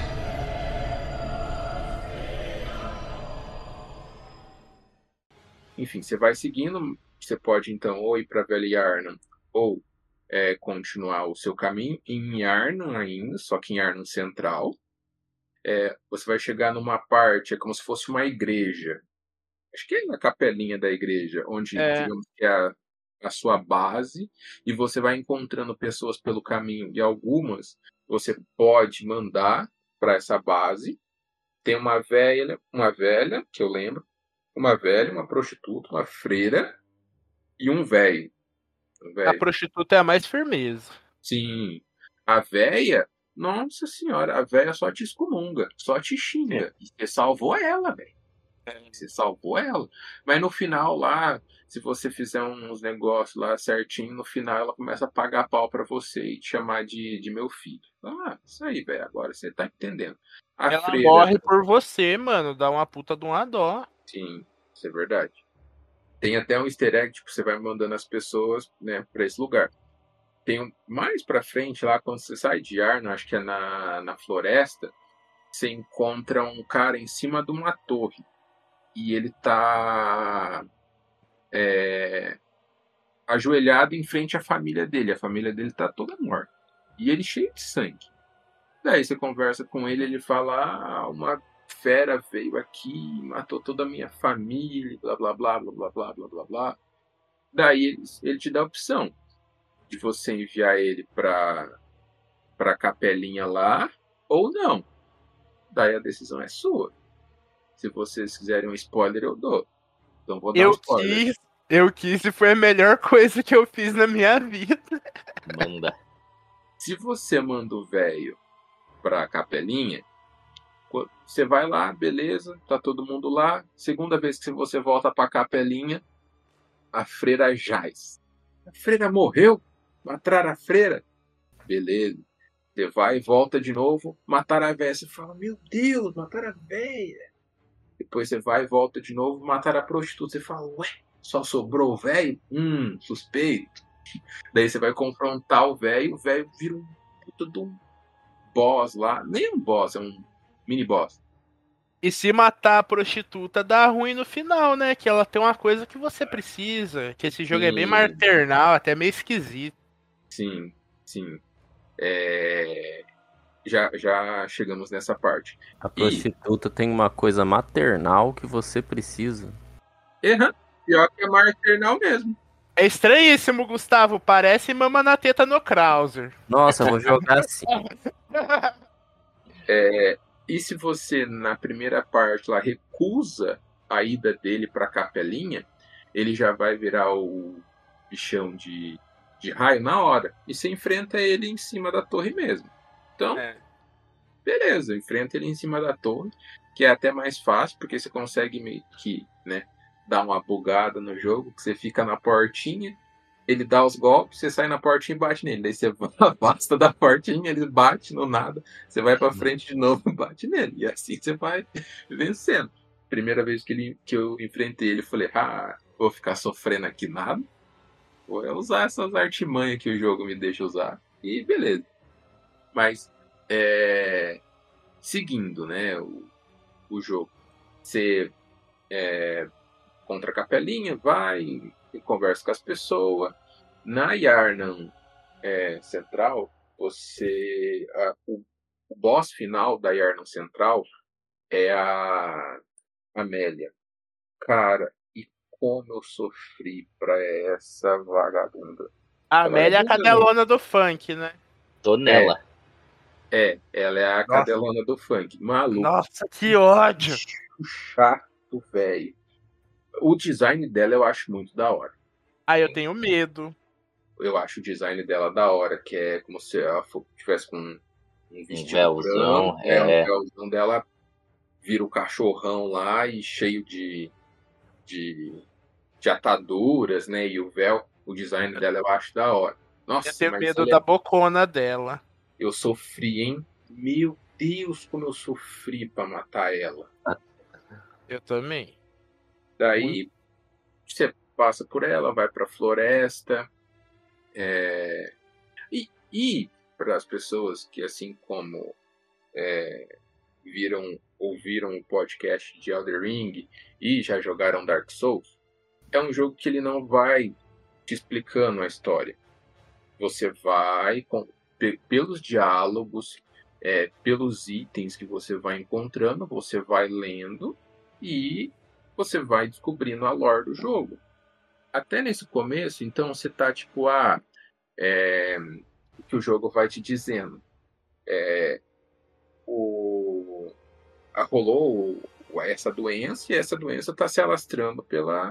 Enfim, você vai seguindo, você pode então ou ir para Velha Yarnam ou continuar o seu caminho em Yarnam ainda, só que em Yarnam Central. você vai chegar numa parte, é como se fosse uma igreja. Acho que é na capelinha da igreja, onde, digamos que é a sua base, e você vai encontrando pessoas pelo caminho, e algumas você pode mandar para essa base. Tem uma velha, que eu lembro, uma velha, uma prostituta, uma freira e um velho. A prostituta é a mais firmeza. Sim. A véia, nossa senhora, a véia só te excomunga, só te xinga. E você salvou ela, velho. Você salvou ela. Mas no final lá, se você fizer uns negócios lá certinho, no final ela começa a pagar pau pra você e te chamar de meu filho. Isso aí, velho. Agora você tá entendendo. A Ela freira. morre por você, mano. Dá uma puta de uma dó. Sim, isso é verdade. Tem até um easter egg, tipo, você vai mandando as pessoas, né, pra esse lugar. Tem mais pra frente lá, quando você sai de Arno, acho que é na floresta, você encontra um cara em cima de uma torre. E ele tá ajoelhado em frente à família dele. A família dele tá toda morta. E ele cheio de sangue. Daí você conversa com ele, ele fala: uma fera veio aqui, matou toda a minha família, blá blá blá blá blá blá blá blá blá. Daí ele te dá a opção de você enviar ele pra capelinha lá ou não. Daí a decisão é sua. Se vocês quiserem um spoiler, eu dou. Então vou dar um spoiler. Eu quis e foi a melhor coisa que eu fiz na minha vida. Manda. Se você manda o velho pra capelinha, você vai lá, beleza, tá todo mundo lá. Segunda vez que você volta pra capelinha, a freira jaz. A freira morreu? Mataram a freira? Beleza. Você vai e volta de novo, mataram a velha. Você fala: meu Deus, mataram a velha. Depois você vai e volta de novo, mataram a prostituta. Você fala: ué, só sobrou o velho? Suspeito. Daí você vai confrontar o velho vira um puta de um boss lá. Nem um boss, é um mini boss. E se matar a prostituta, dá ruim no final, né? Que ela tem uma coisa que você precisa. Que esse jogo é bem maternal, até meio esquisito. Sim. Já chegamos nessa parte. A prostituta tem uma coisa maternal que você precisa. Pior que é maternal mesmo. É estranhíssimo, Gustavo. Parece mama na teta no Krauser. Nossa, eu vou jogar assim. E se você, na primeira parte lá, recusa a ida dele pra capelinha, ele já vai virar o bichão de raio na hora. E você enfrenta ele em cima da torre mesmo. Então, beleza, enfrenta ele em cima da torre, que é até mais fácil, porque você consegue meio que, né, dar uma bugada no jogo, que você fica na portinha, ele dá os golpes, você sai na portinha e bate nele. Daí você afasta da portinha, ele bate no nada, você vai pra frente de novo e bate nele. E assim você vai vencendo. Primeira vez que eu enfrentei ele, eu falei: vou ficar sofrendo aqui nada. Vou usar essas artimanhas que o jogo me deixa usar. E beleza. Mas, seguindo, né, o jogo. Você contra a capelinha, vai e conversa com as pessoas. Na Yharnam Central, o boss final da Yharnam Central é a Amélia. Cara, e como eu sofri pra essa vagabunda. A Amélia é a cadelona do funk, né? Tô nela. Ela é a cadelona do funk. Maluco. Nossa, que ódio! Chato, velho. O design dela eu acho muito da hora. Eu tenho medo. Eu acho o design dela da hora, que é como se ela tivesse com um vestido véuzão, branco. O véuzão dela vira o cachorrão lá e cheio de ataduras, né? E o véu, o design dela eu acho da hora. Nossa, eu tenho medo da bocona dela. Eu sofri, hein? Meu Deus, como eu sofri pra matar ela. Eu também. Daí você passa por ela, vai pra floresta. E para as pessoas que, assim como ouviram o podcast de Elden Ring e já jogaram Dark Souls, é um jogo que ele não vai te explicando a história. Você vai, pelos diálogos, pelos itens que você vai encontrando, você vai lendo e você vai descobrindo a lore do jogo. Até nesse começo, então, você tá tipo, o que o jogo vai te dizendo. Rolou essa doença, e essa doença está se alastrando pela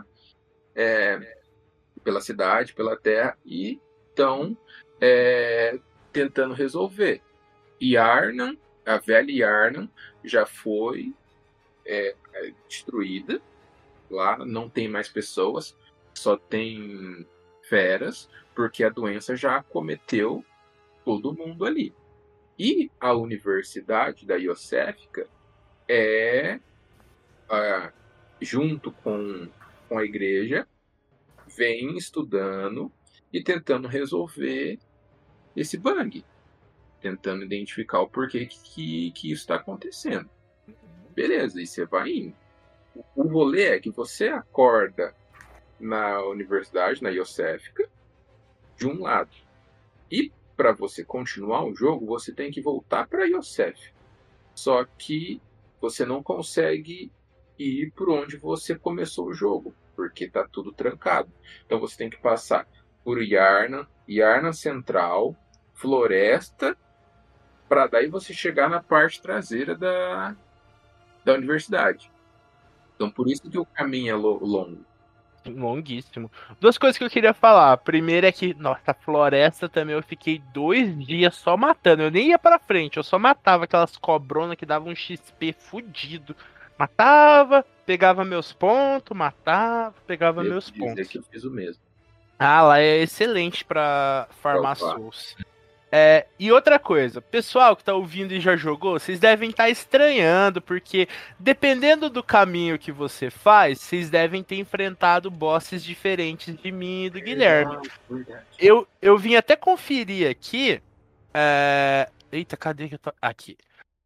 cidade, pela terra, e estão tentando resolver. Yarnan, a velha Yarnan, já foi destruída. Lá não tem mais pessoas, só tem feras, porque a doença já acometeu todo mundo ali. E a Universidade da Iosséfica junto com a igreja, vem estudando e tentando resolver esse bug, tentando identificar o porquê que isso está acontecendo. Beleza, e você vai indo. O rolê é que você acorda na universidade, na Iosséfica, de um lado. E para você continuar o jogo, você tem que voltar para Iosséfica. Só que você não consegue ir por onde você começou o jogo, porque tá tudo trancado. Então você tem que passar por Yarnan Central, Floresta, para daí você chegar na parte traseira da universidade. Então por isso que o caminho é longo. Longuíssimo. Duas coisas que eu queria falar. A primeira é que, nossa, a floresta também eu fiquei 2 dias só matando. Eu nem ia pra frente, eu só matava aquelas cobronas que davam um XP fudido. Matava, pegava meus pontos, matava, pegava meus pontos. Que eu fiz o mesmo. Ah, lá é excelente pra farmar souls. E outra coisa, pessoal que tá ouvindo e já jogou, vocês devem estar estranhando, porque dependendo do caminho que você faz, vocês devem ter enfrentado bosses diferentes de mim e do Guilherme. Eu vim até conferir aqui. Eita, cadê que eu tô? Aqui.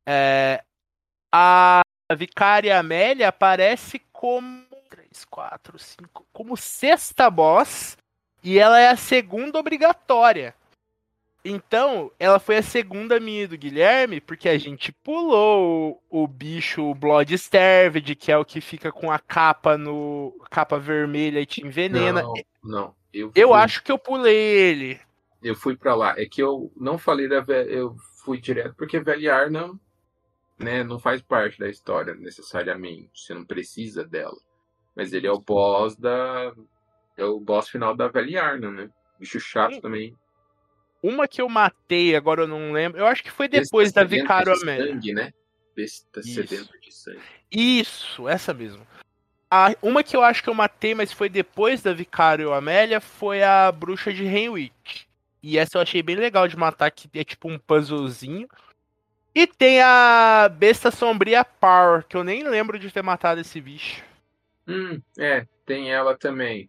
A Vicária Amélia aparece como 3, 4, 5, como sexta boss, e ela é a segunda obrigatória. Então, ela foi a segunda minha e do Guilherme, porque a gente pulou o bicho Blood Sterved, que é o que fica com a capa vermelha e te envenena. Não. Eu acho que eu pulei ele. Eu fui pra lá. É que eu não falei eu fui direto porque Veliar não faz parte da história necessariamente. Você não precisa dela. Mas ele é o boss final da Veliarna, né? Bicho chato também. Uma que eu matei, agora eu não lembro. Eu acho que foi depois da Vicário Amélia. Sangue, né? Besta sedenta de sangue. Isso, essa mesmo. Uma que eu acho que eu matei, mas foi depois da Vicário Amélia, foi a Bruxa de Renwick. E essa eu achei bem legal de matar, que é tipo um puzzlezinho. E tem a Besta Sombria Power, que eu nem lembro de ter matado esse bicho. Tem ela também.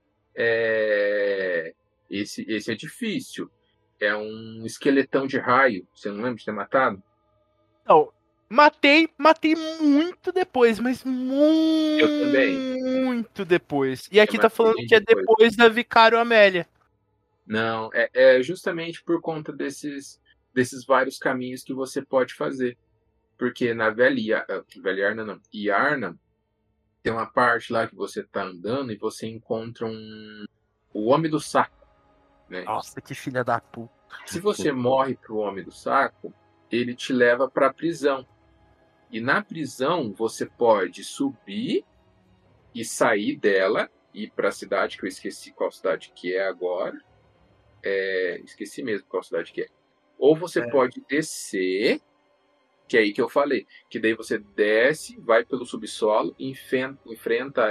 Esse é difícil. É um esqueletão de raio. Você não lembra de ter matado? Não, matei muito depois, mas muito, eu também. Muito depois. E aqui tá falando que é depois da Vicário Amélia. Não, é justamente por conta desses vários caminhos que você pode fazer. Porque na Yarnan, tem uma parte lá que você tá andando e você encontra o Homem do Saco. Né? Nossa, que filha da puta. Se você morre pro Homem do Saco, ele te leva pra prisão. E na prisão você pode subir e sair dela, ir pra cidade, que eu esqueci qual cidade que é agora. Esqueci mesmo qual cidade que é. Ou você pode descer, que é aí que eu falei, que daí você desce, vai pelo subsolo, enfrenta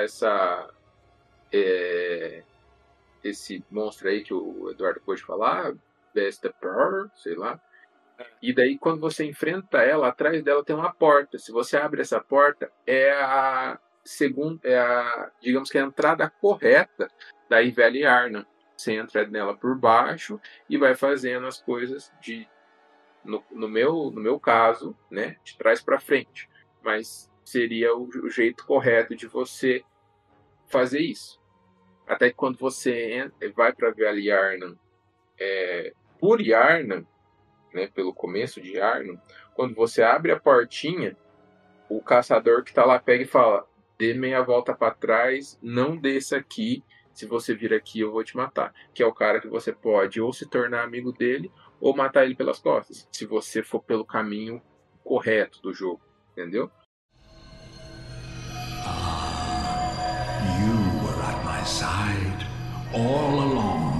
esse monstro aí que o Eduardo pôde falar, Besta Pearl, sei lá. E daí quando você enfrenta ela, atrás dela tem uma porta. Se você abre essa porta, digamos que a entrada correta da Velha Yarnan. Você entra nela por baixo e vai fazendo as coisas no meu caso, né, de trás para frente. Mas seria o jeito correto de você fazer isso. Até que quando você vai para Velha Yarnan, por Yarnan, né, pelo começo de Arno, quando você abre a portinha, o caçador que tá lá pega e fala: dê meia volta para trás, não desça aqui, se você vir aqui eu vou te matar. Que é o cara que você pode ou se tornar amigo dele ou matar ele pelas costas, se você for pelo caminho correto do jogo, entendeu? You were at my side all along.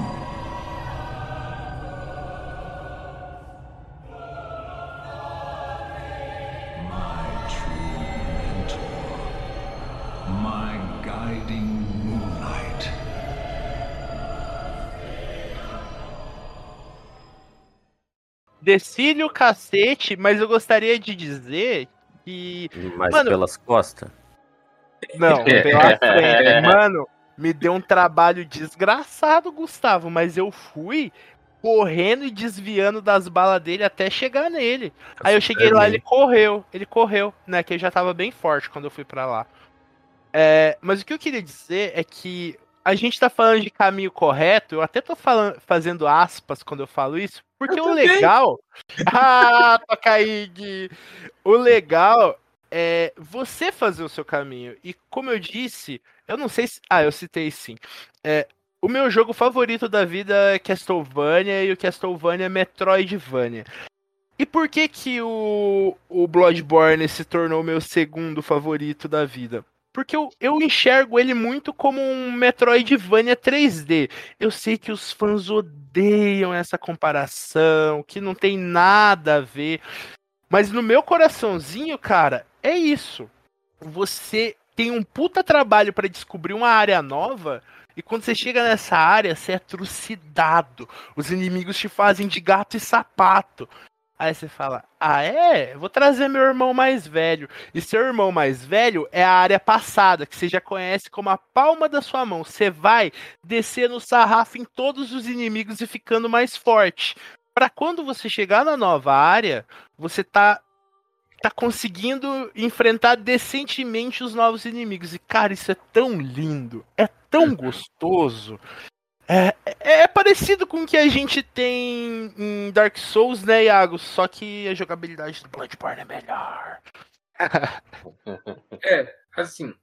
My true mentor, my guiding moonlight. Desci-lhe o cacete, mas eu gostaria de dizer que... Mas Mano, pelas costas. não, pela frente. Mano, me deu um trabalho desgraçado, Gustavo, mas eu fui correndo e desviando das balas dele até chegar nele. Aí eu cheguei lá, ele correu, né, que ele já tava bem forte quando eu fui pra lá. Mas o que eu queria dizer é que a gente tá falando de caminho correto, eu até tô fazendo aspas quando eu falo isso, porque o legal... Ah, Tocaígue! O legal é você fazer o seu caminho. E como eu disse, eu não sei se... Ah, eu citei sim. O meu jogo favorito da vida é Castlevania e o Castlevania é Metroidvania. E por que que o Bloodborne se tornou o meu segundo favorito da vida? Porque eu enxergo ele muito como um Metroidvania 3D. Eu sei que os fãs odeiam essa comparação, que não tem nada a ver. Mas no meu coraçãozinho, cara, é isso. Você tem um puta trabalho pra descobrir uma área nova, e quando você chega nessa área, você é trucidado. Os inimigos te fazem de gato e sapato. Aí você fala, vou trazer meu irmão mais velho. E seu irmão mais velho é a área passada, que você já conhece como a palma da sua mão. Você vai descendo o sarrafo em todos os inimigos e ficando mais forte. Pra quando você chegar na nova área, você tá conseguindo enfrentar decentemente os novos inimigos. E, cara, isso é tão lindo, é tão gostoso. É parecido com o que a gente tem em Dark Souls, né, Iago? Só que a jogabilidade do Bloodborne é melhor. Assim,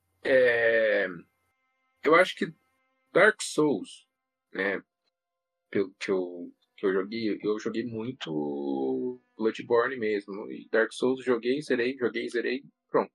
eu acho que Dark Souls, né, pelo que eu joguei muito Bloodborne mesmo. E Dark Souls joguei, zerei, pronto.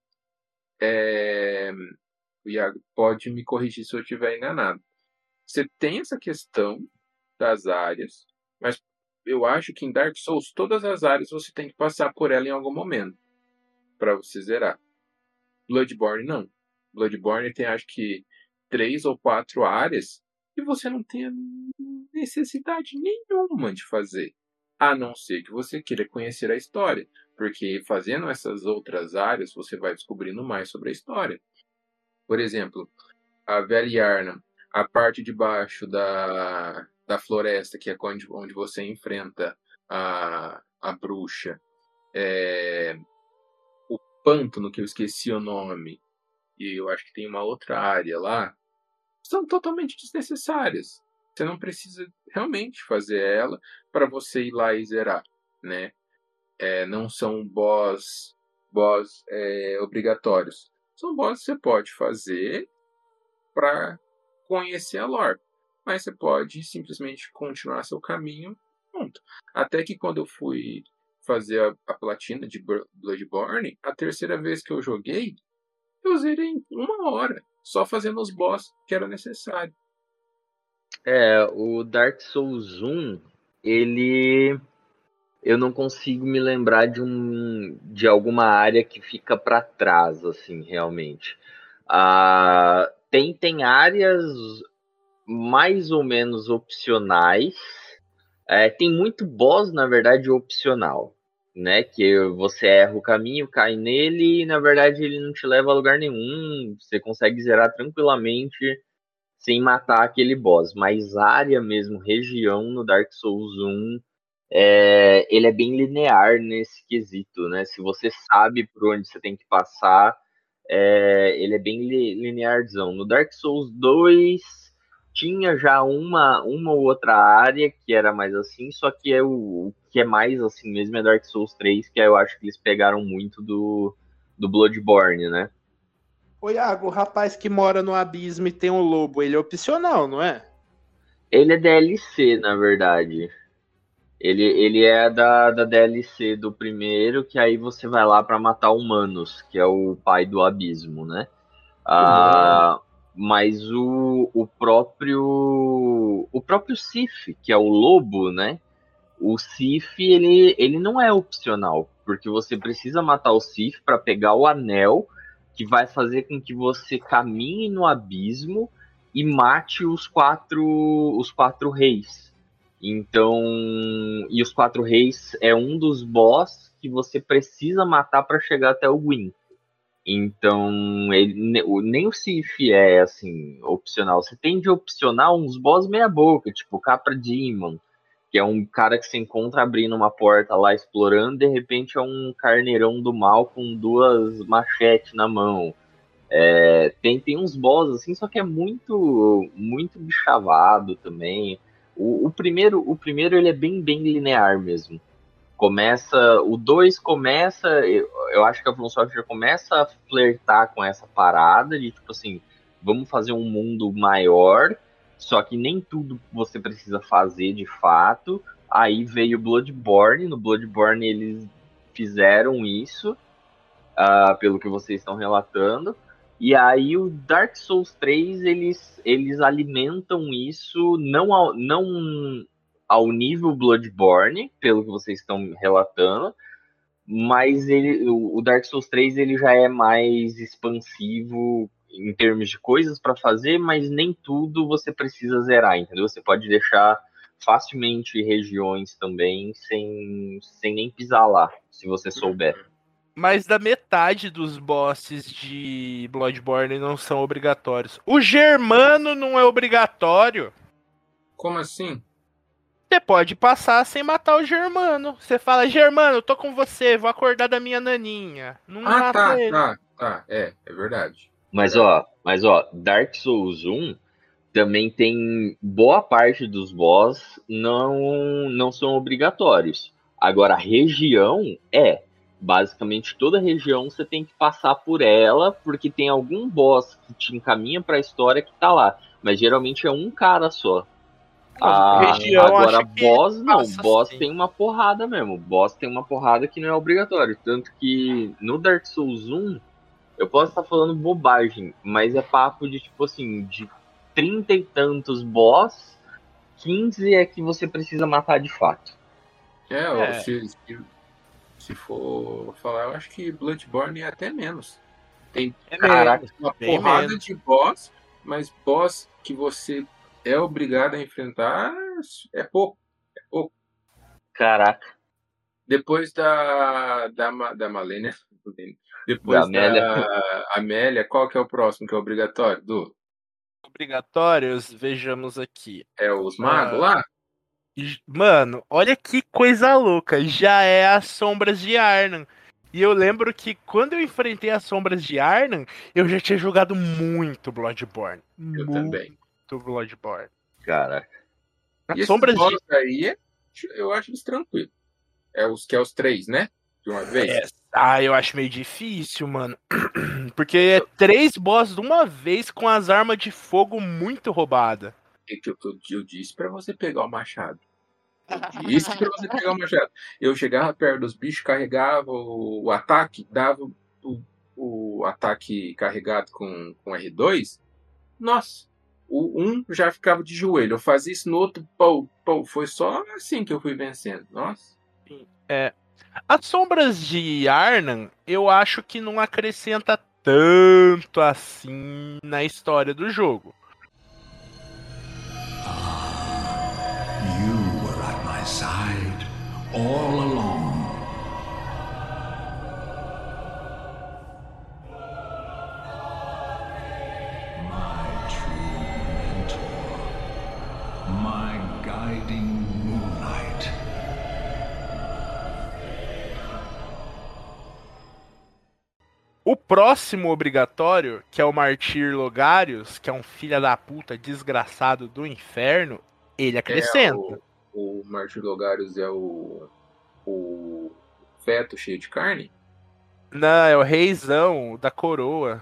O Iago pode me corrigir se eu estiver enganado. Você tem essa questão das áreas, mas eu acho que em Dark Souls todas as áreas você tem que passar por ela em algum momento para você zerar. Bloodborne não. Bloodborne tem acho que 3 ou 4 áreas e você não tem necessidade nenhuma de fazer, a não ser que você queira conhecer a história, porque fazendo essas outras áreas você vai descobrindo mais sobre a história. Por exemplo, a Velha Yarna, a parte de baixo da floresta, que é onde você enfrenta a bruxa, o pântano, que eu esqueci o nome, e eu acho que tem uma outra área lá, são totalmente desnecessárias. Você não precisa realmente fazer ela para você ir lá e zerar, né? Não são boss obrigatórios. São boss que você pode fazer para conhecer a lore, mas você pode simplesmente continuar seu caminho, ponto. Até que quando eu fui fazer a platina de Bloodborne, a terceira vez que eu joguei, eu zerei em 1 hora, só fazendo os boss que era necessário. O Dark Souls 1, eu não consigo me lembrar de alguma área que fica para trás, assim, realmente. Tem áreas mais ou menos opcionais. Tem muito boss, na verdade, opcional, né? Que você erra o caminho, cai nele e, na verdade, ele não te leva a lugar nenhum. Você consegue zerar tranquilamente sem matar aquele boss. Mas área mesmo, região no Dark Souls 1, ele é bem linear nesse quesito, né? Se você sabe por onde você tem que passar, ele é bem linearzão. No Dark Souls 2, tinha já uma ou outra área que era mais assim, só que o que é mais assim mesmo é Dark Souls 3, que eu acho que eles pegaram muito do Bloodborne, né? Ô, Iago, o rapaz que mora no abismo e tem um lobo, ele é opcional, não é? Ele é DLC, na verdade. Ele é da DLC do primeiro, que aí você vai lá pra matar o Manos, que é o pai do abismo, né? Mas o próprio Sif, que é o lobo, né? O Sif, ele não é opcional, porque você precisa matar o Sif para pegar o anel que vai fazer com que você caminhe no abismo e mate os quatro reis. Então, e os quatro reis é um dos boss que você precisa matar para chegar até o Gwyn. Então, nem o Sif é assim opcional. Você tem de opcional uns boss meia boca, tipo Capra Demon, que é um cara que se encontra abrindo uma porta lá explorando, de repente é um carneirão do mal com 2 machetes na mão. Tem uns boss assim, só que é muito bichavado também. O primeiro ele é bem linear mesmo. O 2 começa, eu acho que a From Software começa a flertar com essa parada de tipo assim, vamos fazer um mundo maior, só que nem tudo você precisa fazer de fato. Aí veio Bloodborne, no Bloodborne eles fizeram isso, pelo que vocês estão relatando. E aí o Dark Souls 3, eles alimentam isso não ao nível Bloodborne, pelo que vocês estão relatando, mas o Dark Souls 3 ele já é mais expansivo em termos de coisas para fazer, mas nem tudo você precisa zerar, entendeu? Você pode deixar facilmente regiões também sem nem pisar lá, se você souber. Mas da metade dos bosses de Bloodborne não são obrigatórios. O Germano não é obrigatório. Como assim? Você pode passar sem matar o Germano. Você fala, Germano, eu tô com você, vou acordar da minha naninha. Não mata ele. Tá. É verdade. Mas ó, Dark Souls 1 também tem boa parte dos boss não são obrigatórios. Agora, a região basicamente toda região você tem que passar por ela, porque tem algum boss que te encaminha pra história que tá lá. Mas geralmente é um cara só. Agora, boss não. Boss tem uma porrada mesmo. Boss tem uma porrada que não é obrigatório. Tanto que no Dark Souls 1, eu posso estar falando bobagem, mas é papo de tipo assim, de 30 e tantos boss, 15 é que você precisa matar de fato. Se for falar, eu acho que Bloodborne é até menos. Tem uma porrada menos de boss, mas boss que você é obrigado a enfrentar é pouco. Caraca. Depois da Malenia, depois da Amélia, qual que é o próximo que é obrigatório, Du? Obrigatórios, vejamos aqui. É os magos lá? Mano, olha que coisa louca. Já é as Sombras de Arnan. E eu lembro que quando eu enfrentei as Sombras de Arnan, eu já tinha jogado muito Bloodborne. Eu também. Muito Bloodborne. Caraca. E Sombras de aí, eu acho eles tranquilos. É os 3, né? De uma vez. Eu acho meio difícil, mano. Porque é 3 boss de uma vez com as armas de fogo muito roubadas. É que eu disse pra você pegar o machado. Eu chegava perto dos bichos, carregava o ataque, dava o ataque carregado com R2. Nossa, o 1 já ficava de joelho. Eu fazia isso no outro, foi só assim que eu fui vencendo. Nossa. As Sombras de Arnan, eu acho que não acrescenta tanto assim na história do jogo. You were at my side all along. My true mentor, my guiding moonlight. O próximo obrigatório, que é o Martyr Logarius, que é um filho da puta desgraçado do inferno, ele acrescenta. O Martírio Logarius é o feto cheio de carne? Não, é o reizão da coroa.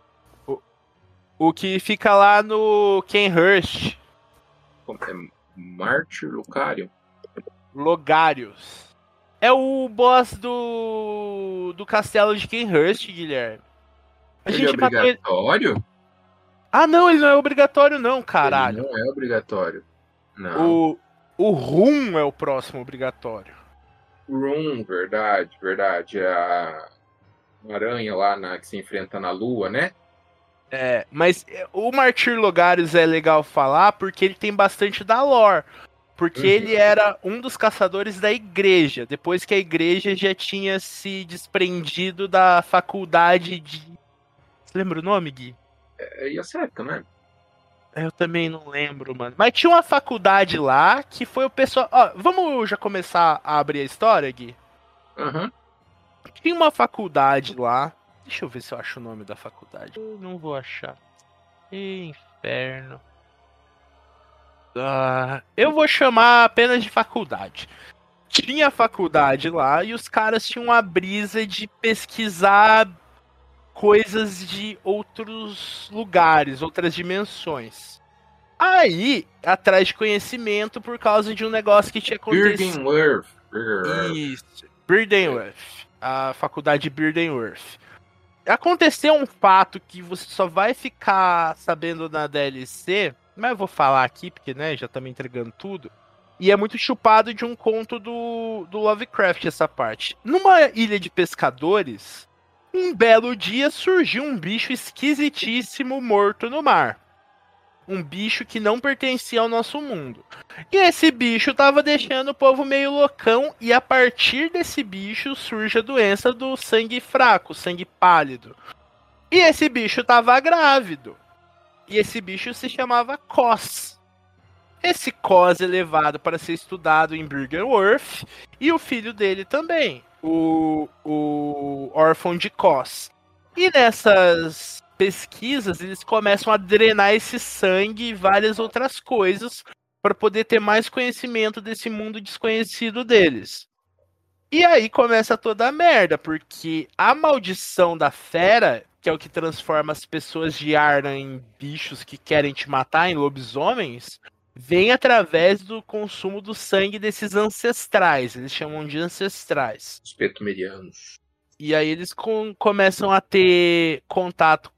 O que fica lá no Kenhurst. É Mártir Lucario? Logarius. É o boss do castelo de Kenhurst, Guilherme. Ele é obrigatório? Ah, não, ele não é obrigatório não, caralho. Ele não é obrigatório. Não. O Rum é o próximo obrigatório. Room, verdade. A aranha lá que se enfrenta na lua, né? É, mas o Martyr Logarius é legal falar porque ele tem bastante da lore. Porque ele era um dos caçadores da igreja, depois que a igreja já tinha se desprendido da faculdade de... Você lembra o nome, Gui? É Ioseta, né? Eu também não lembro, mano. Mas tinha uma faculdade lá que foi o pessoal... Ó, vamos já começar a abrir a história, Gui? Tinha uma faculdade lá. Deixa eu ver se eu acho o nome da faculdade. Eu não vou achar. Inferno. Eu vou chamar apenas de faculdade. Tinha faculdade lá e os caras tinham uma brisa de pesquisar coisas de outros lugares, outras dimensões. Aí, atrás de conhecimento por causa de um negócio que tinha acontecido. Isso, Byrdenwerth. A faculdade de Byrdenwerth. Aconteceu um fato que você só vai ficar sabendo na DLC, mas eu vou falar aqui porque, né, já tá me entregando tudo. E é muito chupado de um conto do Lovecraft essa parte. Numa ilha de pescadores, um belo dia surgiu um bicho esquisitíssimo morto no mar. Um bicho que não pertencia ao nosso mundo. E esse bicho tava deixando o povo meio loucão, e a partir desse bicho surge a doença do sangue fraco, sangue pálido. E esse bicho tava grávido. E esse bicho se chamava Cos. Esse Cos é levado para ser estudado em Byrgenwerth, e o filho dele também, o órfão de Cos. E nessas pesquisas, eles começam a drenar esse sangue e várias outras coisas para poder ter mais conhecimento desse mundo desconhecido deles. E aí começa toda a merda, porque a maldição da fera, que é o que transforma as pessoas de Arna em bichos que querem te matar, em lobisomens, vem através do consumo do sangue desses ancestrais. Eles chamam de ancestrais. Os petumerianos. E aí eles começam a ter contato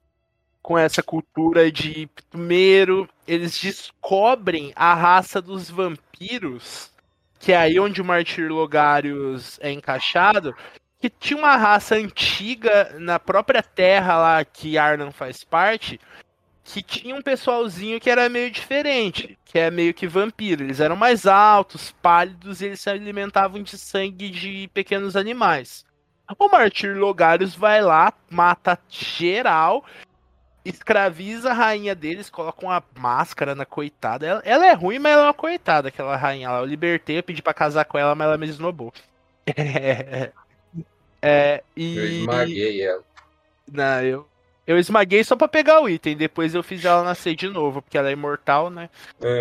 com essa cultura de Ptumeiro. Eles descobrem a raça dos vampiros, que é aí onde o Martyr Logarius é encaixado, que tinha uma raça antiga na própria terra lá que Arnan faz parte, que tinha um pessoalzinho que era meio diferente, que é meio que vampiro. Eles eram mais altos, pálidos, e eles se alimentavam de sangue de pequenos animais. O Martyr Logarius vai lá, mata geral, escraviza a rainha deles, coloca uma máscara na coitada. Ela é ruim, mas ela é uma coitada, aquela rainha lá. Eu libertei, eu pedi pra casar com ela, mas ela me esnobou. Eu esmaguei ela. Não, eu esmaguei só pra pegar o item, depois eu fiz ela nascer de novo, porque ela é imortal, né?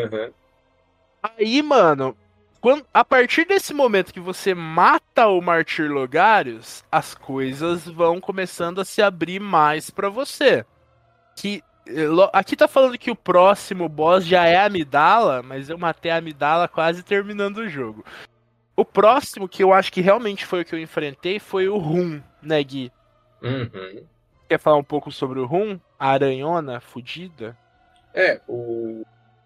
Aí, mano, a partir desse momento que você mata o Martyr Logarius, as coisas vão começando a se abrir mais pra você. Aqui tá falando que o próximo boss já é a Amidala, mas eu matei a Amidala quase terminando o jogo. O próximo, que eu acho que realmente foi o que eu enfrentei, foi o Rum, né, Gui? Quer falar um pouco sobre o Rum? A aranhona fudida? O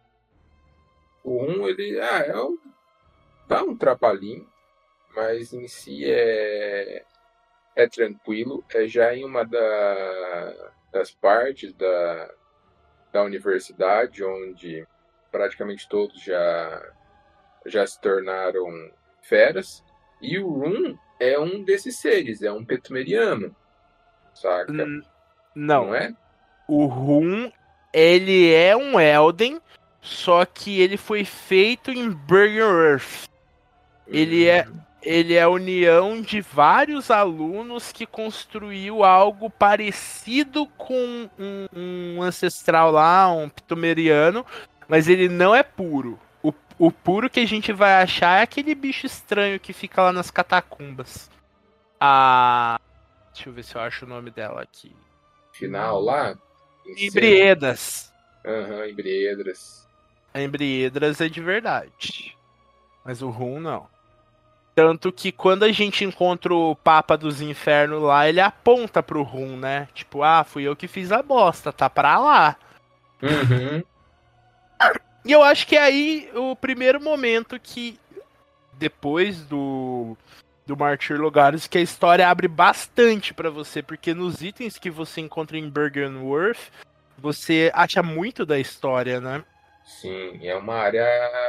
Rum, ele dá um trabalhinho, mas em si é tranquilo. É já em uma das partes da universidade, onde praticamente todos já se tornaram feras. E o Rum é um desses seres, é um petumeriano, saca? Não é? O Rum, ele é um Elden, só que ele foi feito em Byrgenwerth. Ele é a união de vários alunos que construiu algo parecido com um ancestral lá, um Pthumeriano, mas ele não é puro. O puro que a gente vai achar é aquele bicho estranho que fica lá nas catacumbas. Deixa eu ver se eu acho o nome dela aqui. Final lá? Embriedas. Aham, Embriedras. A Embriedras é de verdade. Mas o Rum não. Tanto que quando a gente encontra o Papa dos Infernos lá, ele aponta pro Rum, né? Tipo, fui eu que fiz a bosta, tá pra lá. Uhum. E eu acho que é aí o primeiro momento que, depois do Martyr Logares, que a história abre bastante pra você, porque nos itens que você encontra em Byrgenwerth, você acha muito da história, né? Sim, e é uma área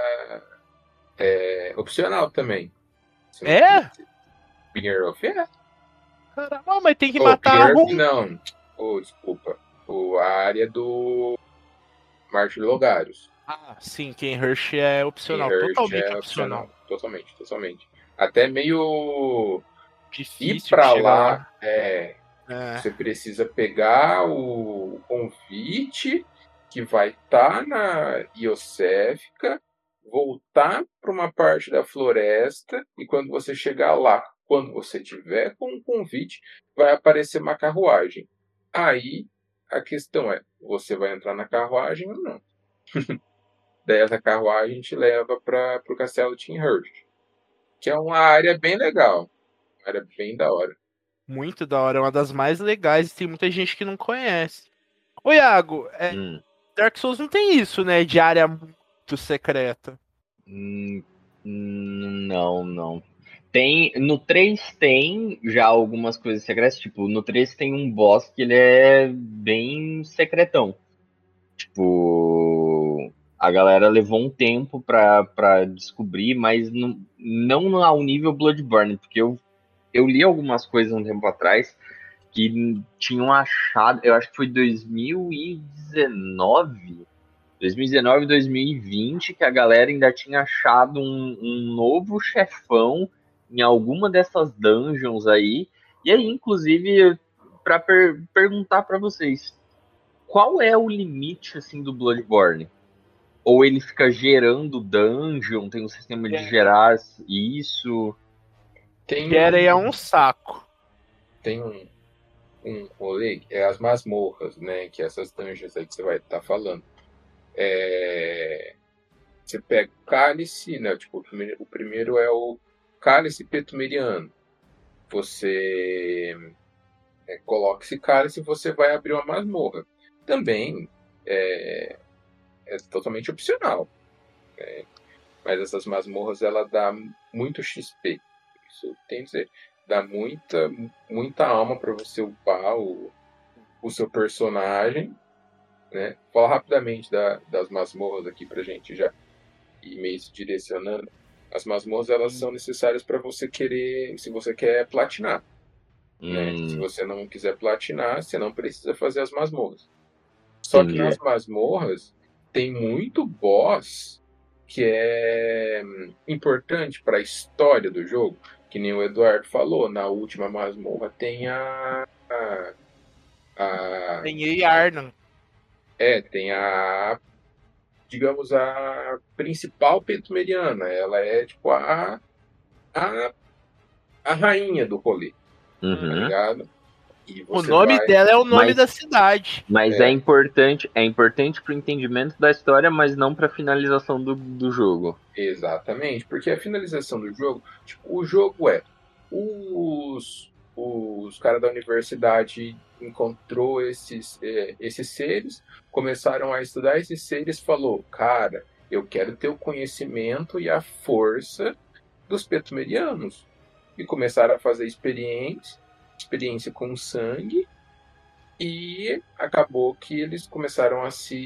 opcional também. É? Byrgenwerth é. Caramba, mas tem que matar a Rum. Não. Desculpa. A área do Martyr Logarius. Sim, Ken Hirsch é opcional. Totalmente opcional. Totalmente. Até meio difícil ir pra de lá. Você precisa pegar o convite que vai estar na Iosséfica, voltar para uma parte da floresta, e quando você chegar lá, quando você tiver com o convite, vai aparecer uma carruagem. Aí a questão é, você vai entrar na carruagem ou não? Daí essa carruagem te leva para o castelo Tinhurst, que é uma área bem legal, uma área bem da hora. Muito da hora, é uma das mais legais e tem muita gente que não conhece. Ô Iago, Dark Souls não tem isso, né, de área muito secreta. Não. Tem, no 3 tem já algumas coisas secretas, tipo, no 3 tem um boss que ele é bem secretão. Tipo, a galera levou um tempo pra descobrir, mas não ao nível Bloodborne, porque eu li algumas coisas um tempo atrás que tinham achado, eu acho que foi 2019, 2020, que a galera ainda tinha achado um novo chefão em alguma dessas dungeons aí. E aí, inclusive, para perguntar para vocês, qual é o limite assim do Bloodborne? Ou ele fica gerando dungeon, tem um sistema de gerar isso? Gera é um saco. Tem um rolê, que é as masmorras, né? Que é essas dungeons aí que você vai estar falando. Você pega o cálice, né? Tipo, o primeiro é o cálice Pthumeriano. Você coloca esse cálice e você vai abrir uma masmorra. Também é totalmente opcional. Mas essas masmorras, ela dá muito XP. Isso tem que dizer. Dá muita alma para você upar o seu personagem. Né? Fala rapidamente das masmorras aqui pra gente já ir meio se direcionando. As masmorras, elas são necessárias para você querer, se você quer platinar. Né? Se você não quiser platinar, você não precisa fazer as masmorras. Só que nas masmorras tem muito boss que é importante para a história do jogo, que nem o Eduardo falou. Na última masmorra tem Tem Arnon. Tem digamos, a principal Pthumeriana. Ela é, tipo, a rainha do rolê. Tá ligado? E o nome dela é o nome da cidade. Mas é importante pro entendimento da história, mas não pra finalização do jogo. Exatamente, porque a finalização do jogo, tipo, o jogo os caras da universidade encontrou esses seres, começaram a estudar esses seres, falou, cara, eu quero ter o conhecimento e a força dos Pthumerianos. E começaram a fazer experiência com sangue, e acabou que eles começaram a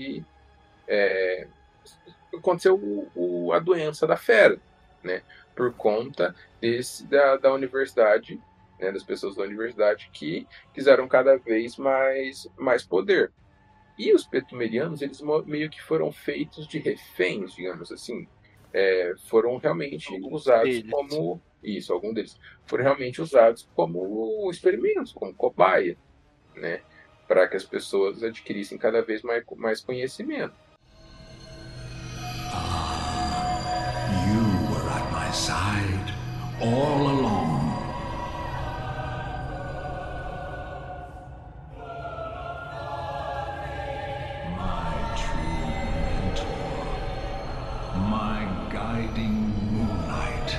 aconteceu a doença da fera, né? Por conta da universidade, né? Das pessoas da universidade que quiseram cada vez mais poder. E os Pthumerianos, eles meio que foram feitos de reféns, digamos assim. foram realmente Alguns usados deles. como... Isso, alguns deles. Foram realmente usados como experimentos, como cobaia, né? Para que as pessoas adquirissem cada vez mais conhecimento. You were at my side all along. My true mentor. My guiding moonlight.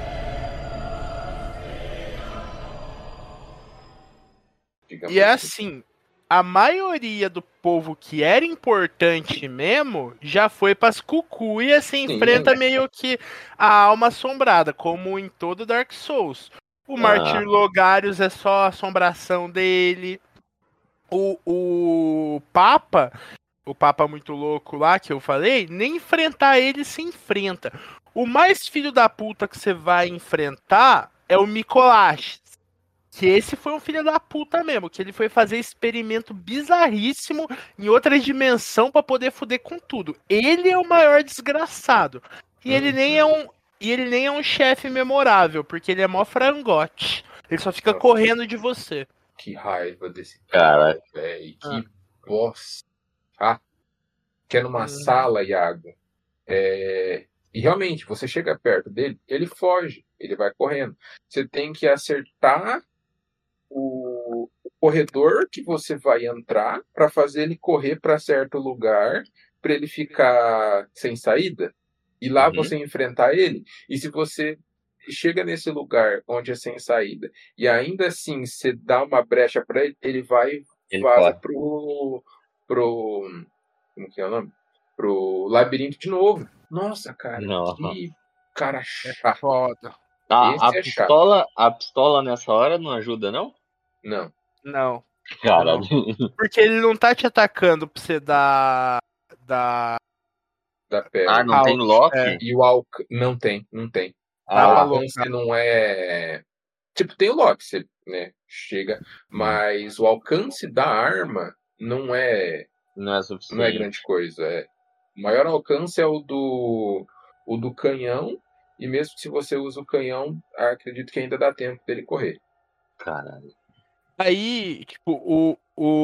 Digamos E é assim. assim, a maioria do povo que era importante mesmo já foi pras cucuias, se enfrenta meio que a alma assombrada, como em todo Dark Souls. O Martyr Logarius é só a assombração dele. O Papa muito louco lá que eu falei, nem enfrentar ele se enfrenta. O mais filho da puta que você vai enfrentar é o Micolaches. Que esse foi um filho da puta mesmo, que ele foi fazer experimento bizarríssimo em outra dimensão pra poder foder com tudo. Ele é o maior desgraçado. E ele nem é um chefe memorável, porque ele é mó frangote. Ele só fica Nossa. correndo de você. Que raiva desse Cara. cara, velho. Que bosta. Que é numa sala, Iago. E realmente, você chega perto dele, ele foge, ele vai correndo. Você tem que acertar o corredor que você vai entrar para fazer ele correr para certo lugar, para ele ficar sem saída. E lá você enfrentar ele. E se você chega nesse lugar onde é sem saída e ainda assim você dá uma brecha para ele, ele vaza pro como que é o nome? Pro labirinto de novo. Nossa, cara, que cara chato. Foda. A pistola nessa hora não ajuda, não? Não. Não. Caralho. Porque ele não tá te atacando pra você dar. Da pedra. Não tem lock? E o alcance. Não tem. O alcance não é. Tipo, tem o lock, você, né, chega, mas o alcance da arma não é suficiente. Não é grande coisa. O maior alcance é o do canhão, e mesmo se você usa o canhão, acredito que ainda dá tempo dele correr. Caralho. Aí, tipo,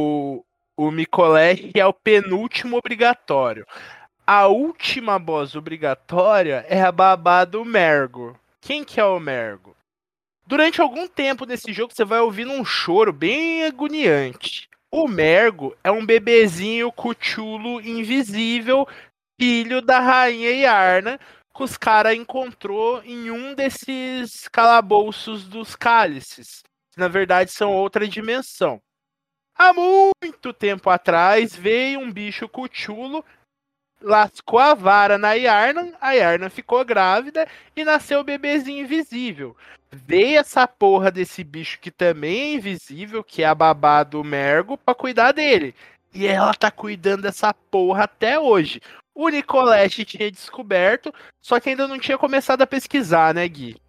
o Mikolech é o penúltimo obrigatório. A última boss obrigatória é a babá do Mergo. Quem que é o Mergo? Durante algum tempo nesse jogo você vai ouvindo um choro bem agoniante. O Mergo é um bebezinho cuchulo invisível, filho da rainha Yarna, que os caras encontrou em um desses calabouços dos cálices. Na verdade, são outra dimensão. Há muito tempo atrás, veio um bicho cuchulo, lascou a vara na Yarna, a Yarna ficou grávida e nasceu o bebezinho invisível. Veio essa porra desse bicho que também é invisível, que é a babá do Mergo, pra cuidar dele. E ela tá cuidando dessa porra até hoje. O Nicolette tinha descoberto, só que ainda não tinha começado a pesquisar, né, Gui?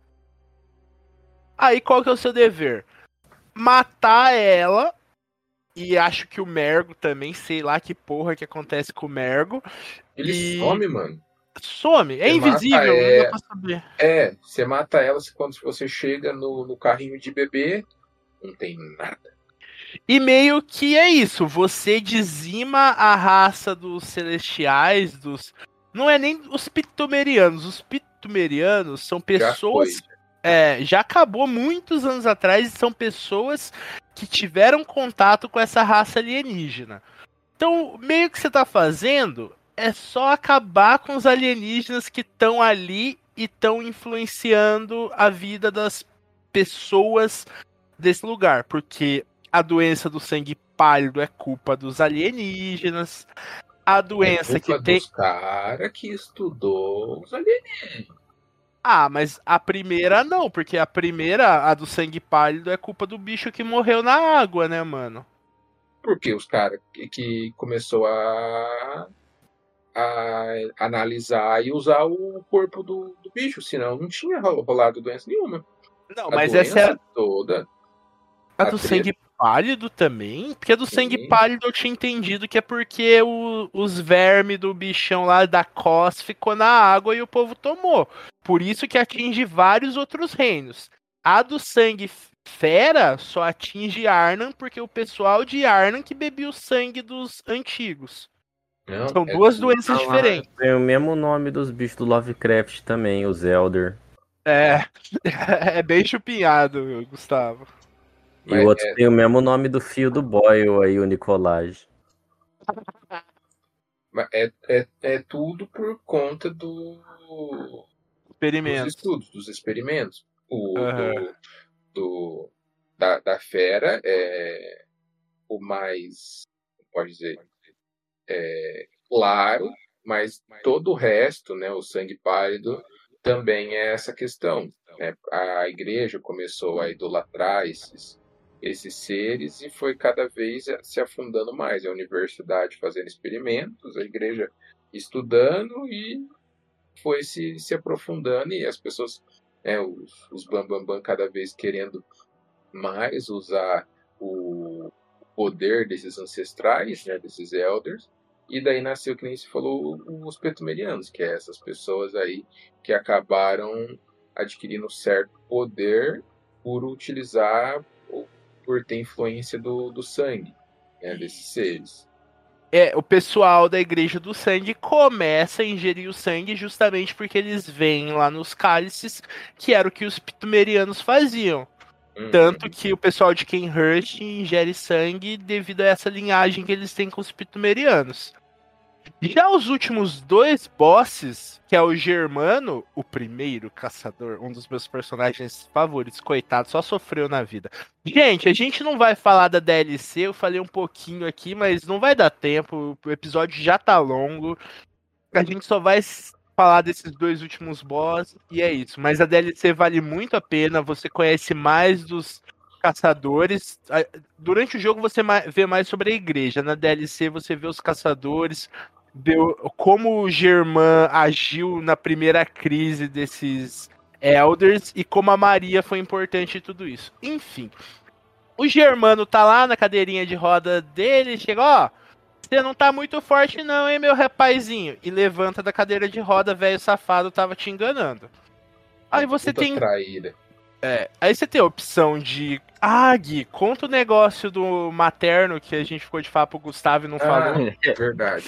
Aí qual que é o seu dever? Matar ela, e acho que o Mergo também, sei lá que porra que acontece com o Mergo. Ele some, mano. Some, é invisível, não dá pra saber. Você mata ela quando você chega no carrinho de bebê, não tem nada. E meio que é isso, você dizima a raça dos celestiais, não é nem os pitumerianos. Os pitumerianos são pessoas... Já acabou muitos anos atrás e são pessoas que tiveram contato com essa raça alienígena. Então, meio que você tá fazendo é só acabar com os alienígenas que estão ali e estão influenciando a vida das pessoas desse lugar. Porque a doença do sangue pálido é culpa dos alienígenas. A doença que tem... dos cara que estudou os alienígenas. Mas a primeira não, porque a do sangue pálido, é culpa do bicho que morreu na água, né, mano? Porque os caras que começou a analisar e usar o corpo do bicho, senão não tinha rolado doença nenhuma. Não, mas essa é toda. a do sangue pálido também? Porque do sangue Sim. pálido eu tinha entendido que é porque os vermes do bichão lá da Cos ficou na água e o povo tomou. Por isso que atinge vários outros reinos. A do sangue fera só atinge Arnhem porque o pessoal de Arnhem que bebia o sangue dos antigos. Não, São é duas tudo. doenças diferentes. Tem o mesmo nome dos bichos do Lovecraft também, os Elder. É, é bem chupinhado, Gustavo. E o outro tem o mesmo nome do filho do Boyle aí, o Nicolás. É tudo por conta dos Experimentos. estudos, dos experimentos. Aham. Da fera é o mais, pode dizer, claro, mas todo o resto, né, o sangue pálido, também é essa questão. Né? A igreja começou a idolatrar esses seres e foi cada vez se afundando mais. A universidade fazendo experimentos, a igreja estudando e foi se aprofundando e as pessoas, os bambambam cada vez querendo mais usar o poder desses ancestrais, né, desses elders, e daí nasceu, que nem se falou, os petumerianos, que é essas pessoas aí que acabaram adquirindo certo poder por utilizar, por ter influência do sangue, né, desses seres. O pessoal da Igreja do Sangue começa a ingerir o sangue justamente porque eles veem lá nos cálices que era o que os pitumerianos faziam. Tanto que o pessoal de Kenhurst ingere sangue devido a essa linhagem que eles têm com os pitumerianos. Já os últimos dois bosses, que é o Germano, o primeiro caçador, um dos meus personagens favoritos, coitado, só sofreu na vida. Gente, a gente não vai falar da DLC, eu falei um pouquinho aqui, mas não vai dar tempo, o episódio já tá longo. A gente só vai falar desses dois últimos boss e é isso. Mas a DLC vale muito a pena, você conhece mais dos caçadores. Durante o jogo você vê mais sobre a igreja, na DLC você vê os caçadores, vê como o Germain agiu na primeira crise desses Elders e como a Maria foi importante em tudo isso. Enfim, o Germano tá lá na cadeirinha de roda dele, chega, ó, você não tá muito forte não, hein, meu rapazinho? E levanta da cadeira de roda, velho safado, tava te enganando. Aí você Puta tem... traíra. Aí você tem a opção de... Ah, Gui, conta o negócio do materno que a gente ficou de falar pro Gustavo e não falou. Verdade.